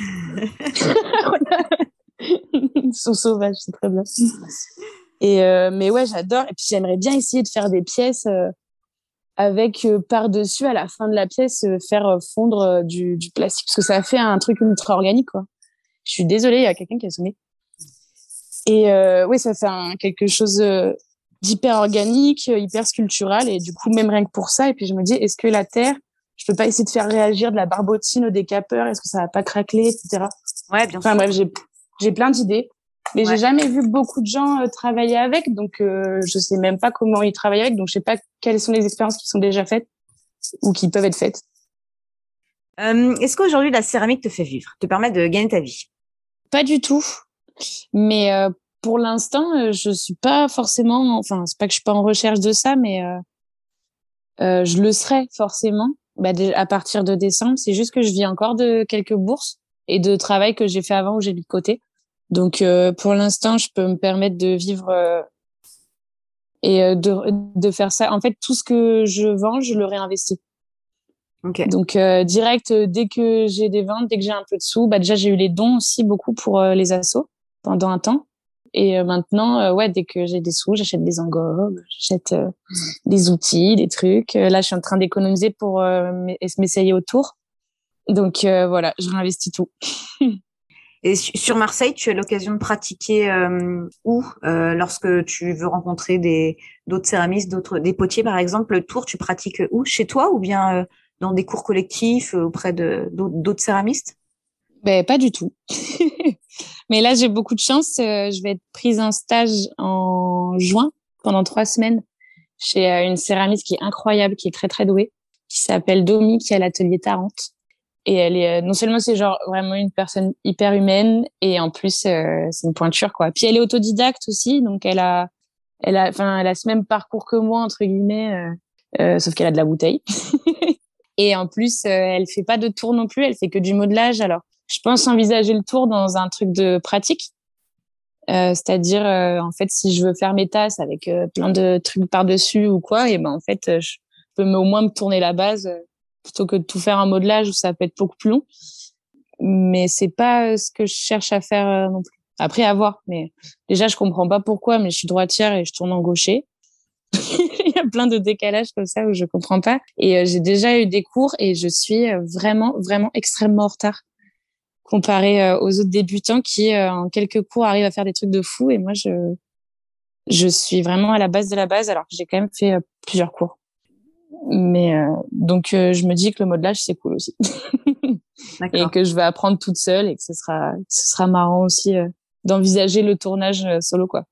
Ils sont sauvages, c'est très bien. Et euh, mais ouais, j'adore. Et puis j'aimerais bien essayer de faire des pièces euh, avec euh, par-dessus, à la fin de la pièce, euh, faire fondre euh, du, du plastique parce que ça fait un truc ultra organique, quoi. Je suis désolée, il y a quelqu'un qui a sonné. Et euh, oui, ça fait un, quelque chose. Euh, d'hyper organique, hyper sculptural, et du coup, même rien que pour ça, et puis je me dis, est-ce que la terre, je peux pas essayer de faire réagir de la barbotine au décapeur, est-ce que ça va pas craqueler, et cetera. Ouais, bien enfin, sûr. bref, j'ai, j'ai plein d'idées, mais ouais. J'ai jamais vu beaucoup de gens euh, travailler avec, donc euh, je sais même pas comment ils travaillent avec, donc je sais pas quelles sont les expériences qui sont déjà faites, ou qui peuvent être faites. Euh, est-ce qu'aujourd'hui, la céramique te fait vivre, te permet de gagner ta vie? Pas du tout, mais... Euh, pour l'instant, euh, je suis pas forcément, enfin, c'est pas que je suis pas en recherche de ça, mais euh, euh, je le serai forcément. Bah, dé- à partir de décembre, c'est juste que je vis encore de quelques bourses et de travail que j'ai fait avant où j'ai mis de côté. Donc, euh, pour l'instant, je peux me permettre de vivre euh, et euh, de de faire ça. En fait, tout ce que je vends, je le réinvestis. Ok. Donc, euh, direct, euh, dès que j'ai des ventes, dès que j'ai un peu de sous, bah déjà j'ai eu les dons aussi beaucoup pour euh, les assos pendant un temps. Et euh, maintenant, euh, ouais, dès que j'ai des sous, j'achète des engobes, j'achète euh, des outils, des trucs. Euh, là, je suis en train d'économiser pour euh, m- m'essayer autour. Donc euh, voilà, je réinvestis tout. Et su- sur Marseille, tu as l'occasion de pratiquer euh, où euh, lorsque tu veux rencontrer des d'autres céramistes, d'autres des potiers par exemple, le tour, tu pratiques où? Chez toi ou bien euh, dans des cours collectifs euh, auprès de d'autres d'autres céramistes? Ben pas du tout. Mais là, j'ai beaucoup de chance. Euh, je vais être prise en stage en juin pendant trois semaines chez euh, une céramiste qui est incroyable, qui est très très douée, qui s'appelle Domi, qui a l'atelier Tarente. Et elle est, euh, non seulement c'est genre vraiment une personne hyper humaine, et en plus, euh, c'est une pointure, quoi. Puis elle est autodidacte aussi, donc elle a, elle a, enfin, elle a ce même parcours que moi, entre guillemets, euh, euh, sauf qu'elle a de la bouteille. Et en plus, euh, elle fait pas de tour non plus, elle fait que du modelage. Alors, je pense envisager le tour dans un truc de pratique. Euh, c'est-à-dire, euh, en fait, si je veux faire mes tasses avec euh, plein de trucs par-dessus ou quoi, et ben en fait, euh, je peux me- au moins me tourner la base euh, plutôt que de tout faire en modelage où ça peut être beaucoup plus long. Mais c'est pas euh, ce que je cherche à faire euh, non plus. Après, à voir. Mais déjà, je comprends pas pourquoi, mais je suis droitière et je tourne en gaucher. Il y a plein de décalages comme ça où je comprends pas. Et euh, j'ai déjà eu des cours et je suis euh, vraiment, vraiment extrêmement en retard comparé euh, aux autres débutants qui, euh, en quelques cours, arrivent à faire des trucs de fou. Et moi, je, je suis vraiment à la base de la base, alors que j'ai quand même fait euh, plusieurs cours. Mais euh, donc, euh, je me dis que le modelage, c'est cool aussi. Et D'accord. que je vais apprendre toute seule et que ce sera, ce sera marrant aussi euh, d'envisager le tournage euh, solo, quoi.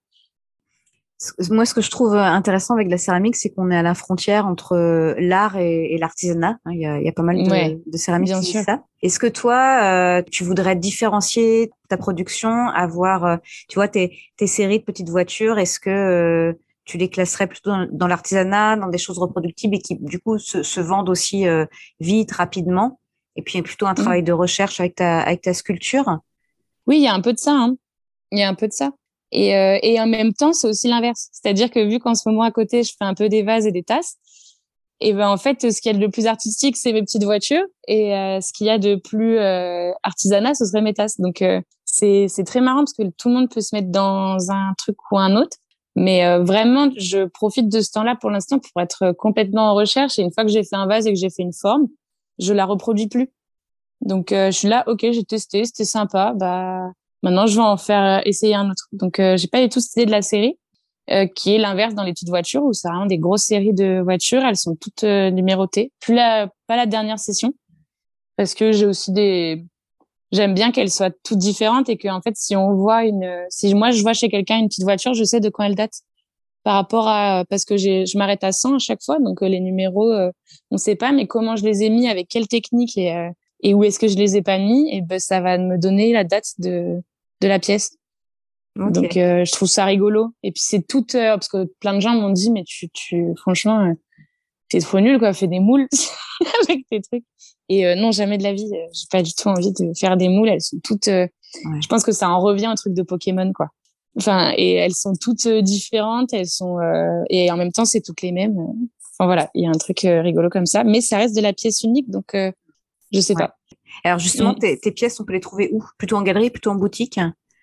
Ce- Moi, ce que je trouve euh, intéressant avec la céramiste, c'est qu'on est à la frontière entre euh, l'art et, et l'artisanat, hein. Il y a, il y a pas mal Ouais, de, de céramistes bien qui disent sûr. ça. Est-ce que toi, euh, tu voudrais différencier ta production, avoir, euh, tu vois, tes, tes séries de petites voitures, est-ce que euh, tu les classerais plutôt dans, dans l'artisanat, dans des choses reproductibles et qui, du coup, se, se vendent aussi euh, vite, rapidement, et puis plutôt un Mm. travail de recherche avec ta, avec ta sculpture? Oui, il y a un peu de ça, hein. Il y a un peu de ça. Et, euh, et en même temps, c'est aussi l'inverse. C'est-à-dire que vu qu'en ce moment, à côté, je fais un peu des vases et des tasses, et ben en fait, ce qu'il y a de plus artistique, c'est mes petites voitures. Et euh, ce qu'il y a de plus euh, artisanat, ce serait mes tasses. Donc, euh, c'est, c'est très marrant parce que tout le monde peut se mettre dans un truc ou un autre. Mais euh, vraiment, je profite de ce temps-là pour l'instant pour être complètement en recherche. Et une fois que j'ai fait un vase et que j'ai fait une forme, je la reproduis plus. Donc, euh, je suis là, ok, j'ai testé, c'était sympa. Bah, maintenant, je vais en faire euh, essayer un autre. Donc, euh, j'ai pas du tout cette idée de la série, euh, qui est l'inverse dans les petites voitures, où c'est vraiment des grosses séries de voitures. Elles sont toutes euh, numérotées. Plus la, pas la dernière session, parce que j'ai aussi des, j'aime bien qu'elles soient toutes différentes et que, en fait, si on voit une, si moi je vois chez quelqu'un une petite voiture, je sais de quand elle date. Par rapport à, parce que j'ai, je m'arrête à cent à chaque fois, donc euh, les numéros, euh, on sait pas, mais comment je les ai mis, avec quelle technique et, euh, et où est-ce que je les ai pas mis, et ben ça va me donner la date de de la pièce. Donc Ok. euh, je trouve ça rigolo. Et puis c'est tout, euh, parce que plein de gens m'ont dit, mais tu tu franchement euh, t'es trop nul, quoi, fais des moules avec tes trucs. Et euh, non, jamais de la vie, euh, j'ai pas du tout envie de faire des moules. Elles sont toutes, euh, je Ouais. pense que ça en revient au truc de Pokémon, quoi. Enfin, et elles sont toutes euh, différentes, elles sont euh, et en même temps c'est toutes les mêmes. Enfin voilà, il y a un truc euh, rigolo comme ça, mais ça reste de la pièce unique, donc euh, je sais Ouais. pas. Alors Mm. justement, tes, tes pièces, on peut les trouver où? Plutôt en galerie, plutôt en boutique?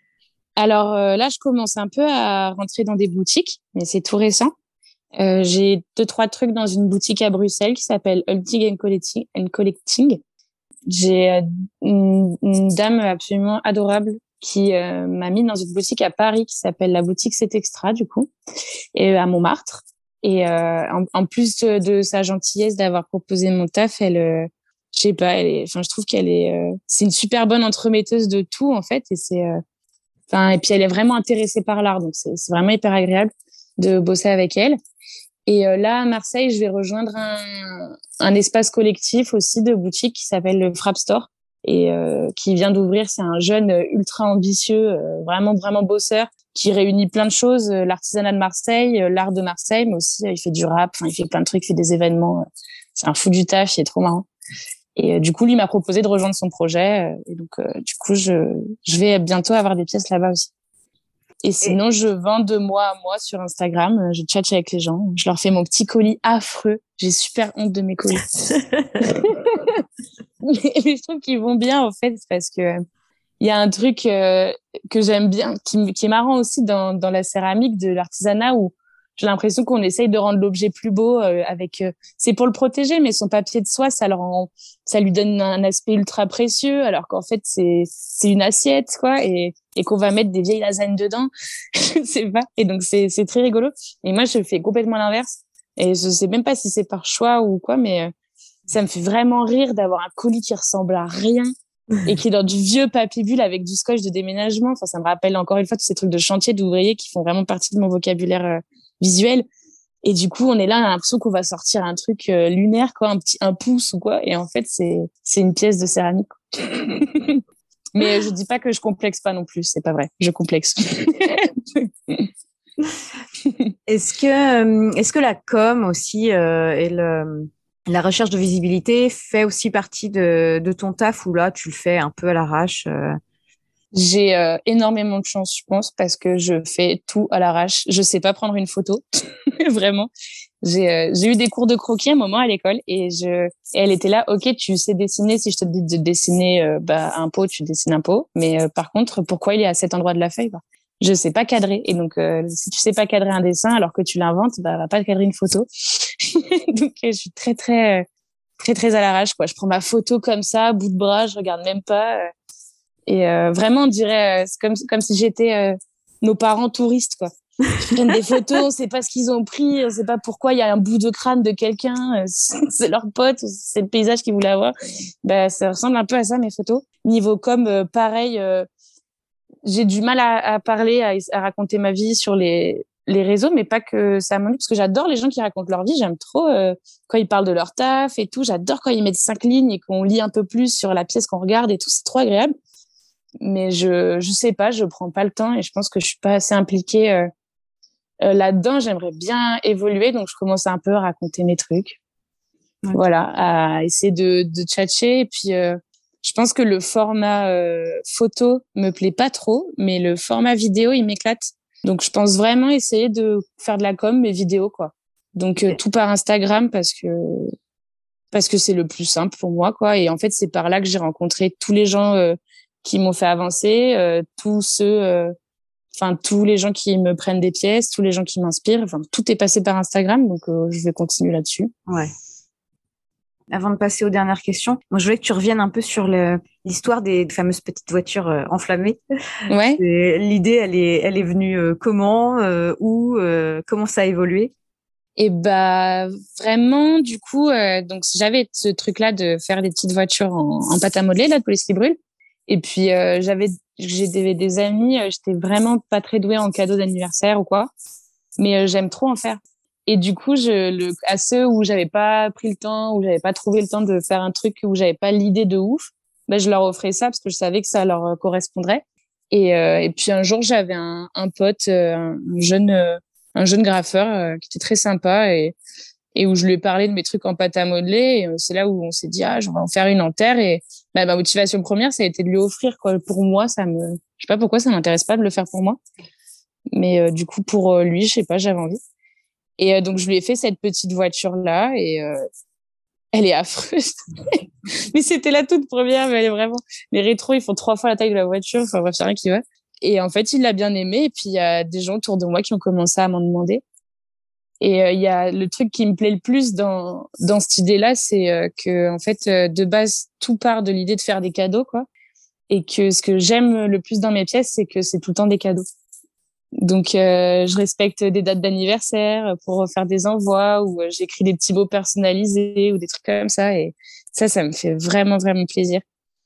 Alors euh, là, je commence un peu à rentrer dans des boutiques, mais c'est tout récent. Euh, j'ai deux trois trucs dans une boutique à Bruxelles qui s'appelle Hunting and Collecting. And Collecting. J'ai euh, une, une dame absolument adorable qui euh, m'a mis dans une boutique à Paris qui s'appelle la boutique C'est Extra, du coup, et à Montmartre. Et euh, en, en plus de, de sa gentillesse d'avoir proposé mon taf, elle, euh, je sais pas, elle est, enfin, je trouve qu'elle est, euh, c'est une super bonne entremetteuse de tout en fait, et c'est, euh, enfin, et puis elle est vraiment intéressée par l'art, donc c'est, c'est vraiment hyper agréable de bosser avec elle. Et euh, là, à Marseille, je vais rejoindre un, un espace collectif aussi de boutique qui s'appelle le Frappe Store et euh, qui vient d'ouvrir. C'est un jeune ultra ambitieux, euh, vraiment, vraiment bosseur, qui réunit plein de choses, euh, l'artisanat de Marseille, euh, l'art de Marseille, mais aussi euh, il fait du rap, enfin il fait plein de trucs, il fait des événements. Euh, c'est un fou du taf, il est trop marrant. Et euh, du coup, lui m'a proposé de rejoindre son projet. Euh, et donc, euh, du coup, je, je vais bientôt avoir des pièces là-bas aussi. Et sinon, et... je vends de mois à mois sur Instagram. Je tchatche avec les gens. Je leur fais mon petit colis affreux. J'ai super honte de mes colis. mais, mais je trouve qu'ils vont bien, en fait, parce que il y a un truc euh, que j'aime bien, qui, qui est marrant aussi dans, dans la céramique, de l'artisanat, où j'ai l'impression qu'on essaye de rendre l'objet plus beau euh, avec. Euh, c'est pour le protéger, mais son papier de soie, ça le rend, ça lui donne un aspect ultra précieux, alors qu'en fait c'est c'est une assiette quoi, et et qu'on va mettre des vieilles lasagnes dedans, je sais pas. Et donc c'est c'est très rigolo. Et moi je fais complètement l'inverse. Et je sais même pas si c'est par choix ou quoi, mais euh, ça me fait vraiment rire d'avoir un colis qui ressemble à rien et qui est dans du vieux papier bulle avec du scotch de déménagement. Enfin, ça me rappelle encore une fois tous ces trucs de chantier d'ouvriers qui font vraiment partie de mon vocabulaire euh, visuel. Et du coup, on est là, on a l'impression qu'on va sortir un truc euh, lunaire, quoi, un petit un pouce ou quoi. Et en fait, c'est c'est une pièce de céramique. Mais je dis pas que je complexe pas non plus, c'est pas vrai. Je complexe. Est-ce que est-ce que la com aussi euh, et le la recherche de visibilité fait aussi partie de de ton taf, ou là tu le fais un peu à l'arrache? euh... J'ai euh, énormément de chance, je pense, parce que je fais tout à l'arrache. Je sais pas prendre une photo, vraiment. J'ai euh, j'ai eu des cours de croquis à un moment à l'école, et je et elle était là. Ok, tu sais dessiner. Si je te dis de dessiner euh, bah un pot, tu dessines un pot. Mais euh, par contre, pourquoi il est à cet endroit de la feuille? Bah, je sais pas cadrer. Et donc, euh, si tu sais pas cadrer un dessin alors que tu l'inventes, bah va pas cadrer une photo. Donc, euh, je suis très très très très à l'arrache, quoi. Je prends ma photo comme ça, bout de bras, je regarde même pas. Euh, Et euh, vraiment, on dirait, euh, c'est comme comme si j'étais euh, nos parents touristes, quoi. Ils prennent des photos, on sait pas ce qu'ils ont pris, on sait pas pourquoi il y a un bout de crâne de quelqu'un, euh, c'est leur pote, c'est le paysage qu'ils voulaient avoir. Ben, ça ressemble un peu à ça, mes photos. Niveau com, euh, pareil, euh, j'ai du mal à, à parler, à, à raconter ma vie sur les les réseaux, mais pas que ça m'ennuie, parce que j'adore les gens qui racontent leur vie. J'aime trop euh, quand ils parlent de leur taf et tout. J'adore quand ils mettent cinq lignes et qu'on lit un peu plus sur la pièce qu'on regarde et tout. C'est trop agréable. Mais je je sais pas, je prends pas le temps, et je pense que je suis pas assez impliquée euh, euh, là-dedans. J'aimerais bien évoluer, donc je commence un peu à raconter mes trucs. Okay. Voilà, à essayer de de tchatcher. Et puis euh, je pense que le format euh, photo me plaît pas trop, mais le format vidéo il m'éclate. Donc je pense vraiment essayer de faire de la com mais vidéo, quoi. Donc okay. euh, tout par Instagram, parce que parce que c'est le plus simple pour moi, quoi. Et en fait c'est par là que j'ai rencontré tous les gens euh, qui m'ont fait avancer, euh, tous ceux, enfin euh, tous les gens qui me prennent des pièces, tous les gens qui m'inspirent. Enfin, tout est passé par Instagram, donc euh, je vais continuer là-dessus. Ouais. Avant de passer aux dernières questions, moi je voulais que tu reviennes un peu sur le, l'histoire des fameuses petites voitures euh, enflammées. Ouais. Et l'idée, elle est, elle est venue euh, comment, euh, où, euh, comment ça a évolué? Et bah vraiment, du coup, euh, donc j'avais ce truc-là de faire des petites voitures en, en pâte à modeler, là, de police qui brûle. Et puis euh, j'avais j'ai des, des amis, euh, j'étais vraiment pas très douée en cadeau d'anniversaire ou quoi, mais euh, j'aime trop en faire. Et du coup, je le à ceux où j'avais pas pris le temps, où j'avais pas trouvé le temps de faire un truc, où j'avais pas l'idée de ouf, ben je leur offrais ça parce que je savais que ça leur euh, correspondrait. Et euh, et puis un jour, j'avais un un pote, euh, un jeune euh, un jeune graffeur euh, qui était très sympa, et et où je lui ai parlé de mes trucs en pâte à modeler. Et c'est là où on s'est dit, ah, je vais en faire une en terre. Et bah, ma motivation première, ça a été de lui offrir, quoi. Pour moi, ça me, je sais pas pourquoi ça m'intéresse pas de le faire pour moi. Mais euh, du coup, pour euh, lui, je sais pas, j'avais envie. Et euh, donc, je lui ai fait cette petite voiture-là, et euh, elle est affreuse. Mais c'était la toute première, mais elle est vraiment, les rétros, ils font trois fois la taille de la voiture. Enfin, bref, c'est rien qui va. Et en fait, il l'a bien aimé. Et puis, il y a des gens autour de moi qui ont commencé à m'en demander. Et il euh, y a le truc qui me plaît le plus dans dans cette idée-là, c'est euh, que en fait euh, de base tout part de l'idée de faire des cadeaux, quoi. Et que ce que j'aime le plus dans mes pièces, c'est que c'est tout le temps des cadeaux. Donc euh, je respecte des dates d'anniversaire pour faire des envois, ou euh, j'écris des petits mots personnalisés ou des trucs comme ça. Et ça, ça me fait vraiment vraiment plaisir.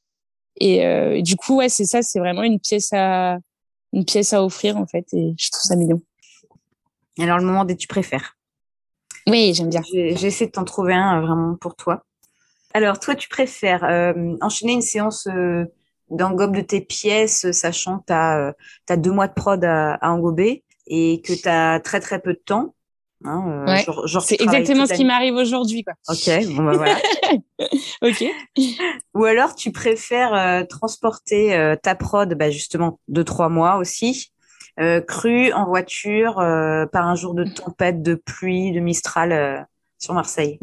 Et, euh, et du coup, ouais, c'est ça, c'est vraiment une pièce à une pièce à offrir en fait. Et je trouve ça mignon. Alors, le moment des tu préfères. Oui, j'aime bien. J'ai, j'ai essayé de t'en trouver un euh, vraiment pour toi. Alors, toi, tu préfères euh, enchaîner une séance euh, d'engobes de tes pièces, sachant que tu as euh, deux mois de prod à, à engober et que tu as très très peu de temps. Hein, euh, Ouais. genre, genre c'est exactement ce qui m'arrive aujourd'hui, quoi. Ok, bon bah voilà. Ok. Ou alors tu préfères euh, transporter euh, ta prod, bah, justement, deux, trois mois aussi, euh, crue en voiture euh, par un jour de tempête, de pluie, de Mistral euh, sur Marseille.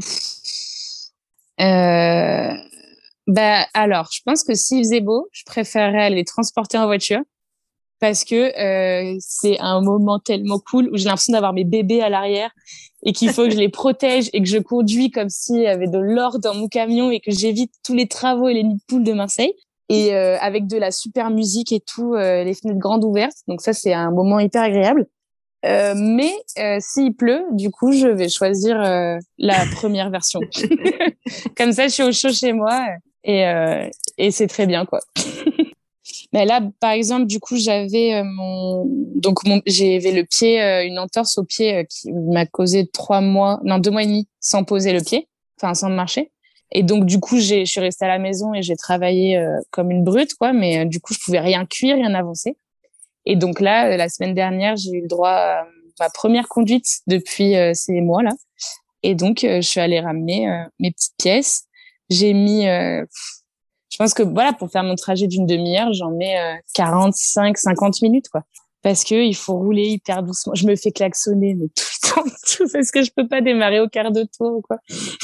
Euh... Bah alors, je pense que s'il faisait beau, je préférerais aller les transporter en voiture parce que euh, c'est un moment tellement cool où j'ai l'impression d'avoir mes bébés à l'arrière et qu'il faut que je les protège et que je conduis comme s'il y avait de l'or dans mon camion et que j'évite tous les travaux et les nids de poules de Marseille. Et euh, avec de la super musique et tout, euh, les fenêtres grandes ouvertes. Donc ça, c'est un moment hyper agréable. Euh, mais euh, s'il pleut, du coup, je vais choisir euh, la première version. Comme ça, je suis au chaud chez moi et, euh, et c'est très bien, quoi. Mais là, par exemple, du coup, j'avais euh, mon donc mon j'avais le pied, euh, une entorse au pied euh, qui m'a causé trois mois, non deux mois et demi sans poser le pied, enfin sans marcher. Et donc du coup, j'ai je suis restée à la maison et j'ai travaillé euh, comme une brute, quoi. Mais euh, du coup, je pouvais rien cuire, rien avancer. Et donc là, euh, la semaine dernière, j'ai eu le droit à ma première conduite depuis euh, ces mois-là. Et donc, euh, je suis allée ramener euh, mes petites pièces. J'ai mis, euh, je pense que voilà, pour faire mon trajet d'une demi-heure, j'en mets euh, quarante-cinq, cinquante minutes, quoi. Parce que il faut rouler hyper doucement. Je me fais klaxonner, mais tout le temps, tout, parce que je peux pas démarrer au quart de tour, quoi.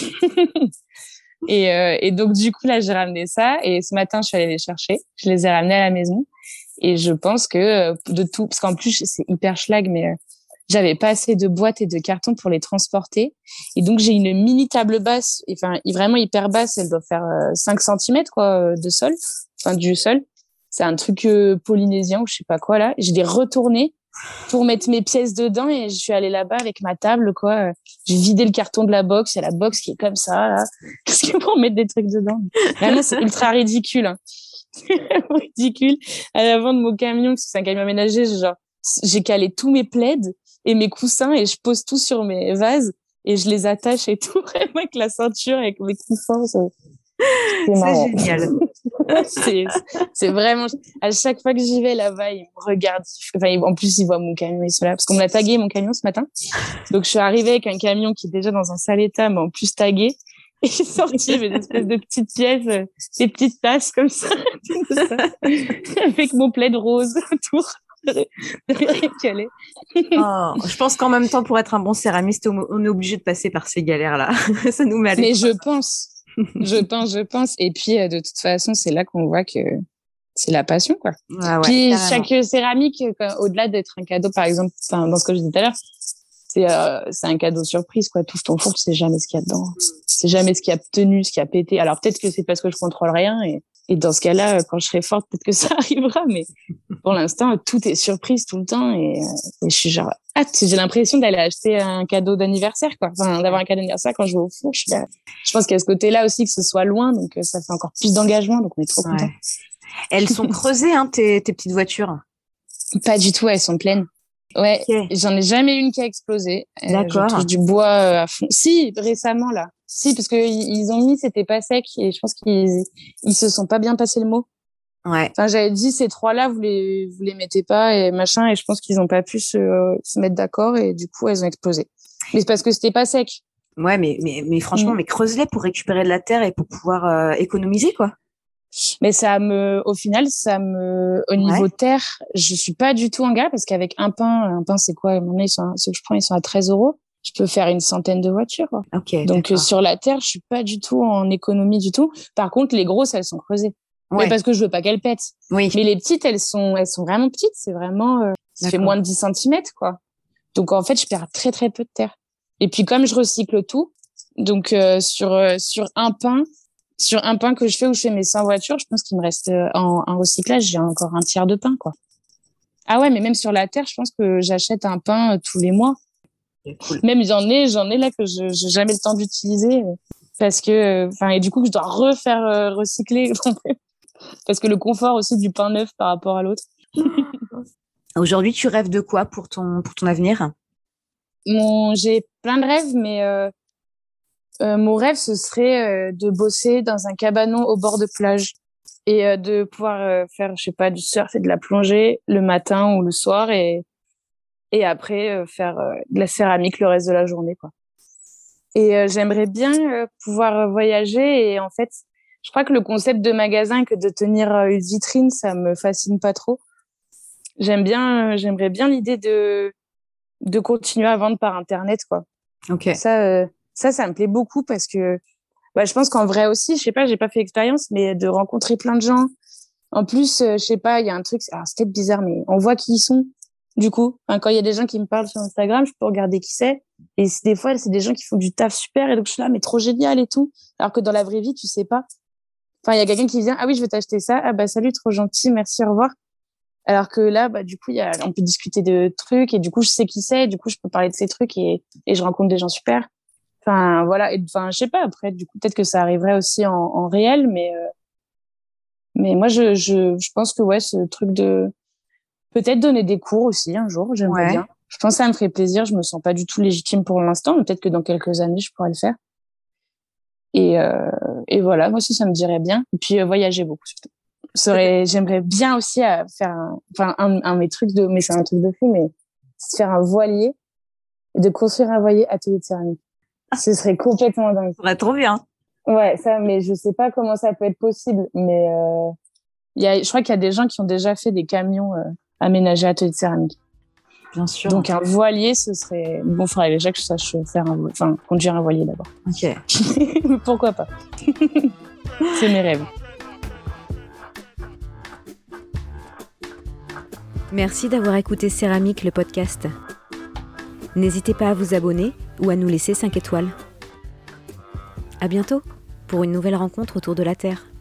et, euh, et donc, du coup, là, j'ai ramené ça. Et ce matin, je suis allée les chercher. Je les ai ramenés à la maison. Et je pense que euh, de tout, parce qu'en plus, c'est hyper schlag, mais euh, j'avais pas assez de boîtes et de cartons pour les transporter. Et donc, j'ai une mini table basse, enfin, vraiment hyper basse. Elle doit faire euh, cinq centimètres, quoi, de sol, enfin, du sol. C'est un truc euh, polynésien ou je sais pas quoi, là. Je l'ai retourné pour mettre mes pièces dedans et je suis allée là-bas avec ma table, quoi. J'ai vidé le carton de la box. Il y a la box qui est comme ça, là. Parce que pour mettre des trucs dedans. Vraiment, c'est ultra ridicule, hein. Ridicule. À l'avant de mon camion, parce que c'est un camion aménagé, genre, j'ai calé tous mes plaids et mes coussins et je pose tout sur mes vases et je les attache et tout, vraiment avec la ceinture, avec mes coussins. C'est, c'est, c'est génial. c'est, c'est vraiment, à chaque fois que j'y vais là-bas, ils me regardent. Enfin, en plus, ils voient mon camion, ils sont là, parce qu'on me l'a tagué, mon camion, ce matin. Donc, je suis arrivée avec un camion qui est déjà dans un sale état, mais en plus tagué. Et j'ai sorti des espèces de petites pièces, euh, des petites tasses comme ça, ça avec mon plaid rose autour de rien calé. Oh, je pense qu'en même temps, pour être un bon céramiste, on est obligé de passer par ces galères-là. Ça nous met à Mais je pense, je pense, je pense. Et puis, euh, de toute façon, c'est là qu'on voit que c'est la passion, quoi. Ah ouais, puis, carrément. chaque céramique, quand, au-delà d'être un cadeau, par exemple, dans ce que je disais tout à l'heure, c'est euh, c'est un cadeau surprise, quoi. Touche ton four, tu sais jamais ce qu'il y a dedans. C'est jamais ce qui a tenu, ce qui a pété. Alors peut-être que c'est parce que je contrôle rien et, et dans ce cas-là, quand je serai forte, peut-être que ça arrivera. Mais pour l'instant, tout est surprise tout le temps et, et je suis genre hâte. J'ai l'impression d'aller acheter un cadeau d'anniversaire, quoi. Enfin, d'avoir un cadeau d'anniversaire quand je vais au four. Je, suis là. Je pense qu'il y a ce côté-là aussi que ce soit loin, donc ça fait encore plus d'engagement. Donc on est trop ouais. contents. Elles sont creusées, hein, tes, tes petites voitures? Pas du tout, elles sont pleines. Ouais, okay. J'en ai jamais une qui a explosé. D'accord. Euh, je touche du bois euh, à fond. Si, récemment, là. Si, parce que ils ont mis, c'était pas sec et je pense qu'ils ils se sont pas bien passé le mot. Ouais. Enfin, j'avais dit, ces trois-là, vous les, vous les mettez pas et machin, et je pense qu'ils ont pas pu se, euh, se mettre d'accord et du coup, elles ont explosé. Mais c'est parce que c'était pas sec. Ouais, mais, mais, mais franchement, mmh. mais creuse-les pour récupérer de la terre et pour pouvoir euh, économiser, quoi. Mais ça me, au final, ça me, au niveau ouais. terre, je suis pas du tout en galère parce qu'avec un pain, un pain, c'est quoi? Mon ils sont, ceux que je prends, ils sont à treize euros. Je peux faire une centaine de voitures, quoi. Okay, donc, euh, sur la terre, je suis pas du tout en économie du tout. Par contre, les grosses, elles sont creusées. Ouais. Mais parce que je veux pas qu'elles pètent. Oui. Mais les petites, elles sont, elles sont vraiment petites. C'est vraiment, euh, ça fait moins de dix centimètres, quoi. Donc, en fait, je perds très, très peu de terre. Et puis, comme je recycle tout, donc, euh, sur, euh, sur un pain, Sur un pain que je fais où je fais mes cent voitures, je pense qu'il me reste en, en recyclage, j'ai encore un tiers de pain, quoi. Ah ouais, mais même sur la terre, je pense que j'achète un pain euh, tous les mois. Cool. Même j'en ai, j'en ai là que je j'ai jamais le temps d'utiliser euh, parce que, enfin, et du coup que je dois refaire euh, recycler parce que le confort aussi du pain neuf par rapport à l'autre. Aujourd'hui, tu rêves de quoi pour ton pour ton avenir? Mon, j'ai plein de rêves, mais euh, Euh, mon rêve, ce serait euh, de bosser dans un cabanon au bord de plage. et euh, de pouvoir euh, faire, je sais pas, du surf et de la plongée le matin ou le soir et et après euh, faire euh, de la céramique le reste de la journée, quoi. Et euh, j'aimerais bien euh, pouvoir voyager et en fait, je crois que le concept de magasin que de tenir euh, une vitrine, ça me fascine pas trop. J'aime bien, euh, j'aimerais bien l'idée de de continuer à vendre par internet, quoi. Ok. Ça, euh, ça, ça me plaît beaucoup parce que bah, je pense qu'en vrai aussi, je sais pas, j'ai pas fait l'expérience, mais de rencontrer plein de gens. En plus, euh, je sais pas, il y a un truc, alors c'est peut-être bizarre, mais on voit qui ils sont. Du coup, enfin, quand il y a des gens qui me parlent sur Instagram, je peux regarder qui c'est. Et c'est- des fois, c'est des gens qui font du taf super, et donc je suis là, mais trop génial et tout. Alors que dans la vraie vie, tu sais pas. Enfin, il y a quelqu'un qui vient, ah oui, je vais t'acheter ça. Ah bah salut, trop gentil, merci, au revoir. Alors que là, bah du coup, il y a, on peut discuter de trucs et du coup, je sais qui c'est, et du coup, je peux parler de ces trucs et et je rencontre des gens super. Enfin voilà, et enfin je sais pas. Après, du coup, peut-être que ça arriverait aussi en, en réel, mais euh, mais moi, je je je pense que ouais, ce truc de peut-être donner des cours aussi un jour, j'aimerais Ouais. bien. Je pense que ça me ferait plaisir. Je me sens pas du tout légitime pour l'instant, mais peut-être que dans quelques années, je pourrais le faire. Et euh, et voilà, moi aussi, ça me dirait bien. Et puis euh, voyager beaucoup surtout. Serait, j'aimerais bien aussi euh, faire un, enfin un, un de mes trucs de, mais c'est un truc de fou, mais c'est de faire un voilier et de construire un voilier atelier de céramique. Ce serait complètement dingue. Ça serait trop bien. Ouais, ça, mais je sais pas comment ça peut être possible, mais euh, il y a, je crois qu'il y a des gens qui ont déjà fait des camions euh, aménagés atelier de céramique. Bien sûr. Donc un voilier, ce serait bon. Faudrait déjà que je sache faire un, enfin conduire un voilier d'abord. Ok. Pourquoi pas. C'est mes rêves. Merci d'avoir écouté Céramique, le podcast. N'hésitez pas à vous abonner ou à nous laisser cinq étoiles. À bientôt pour une nouvelle rencontre autour de la Terre.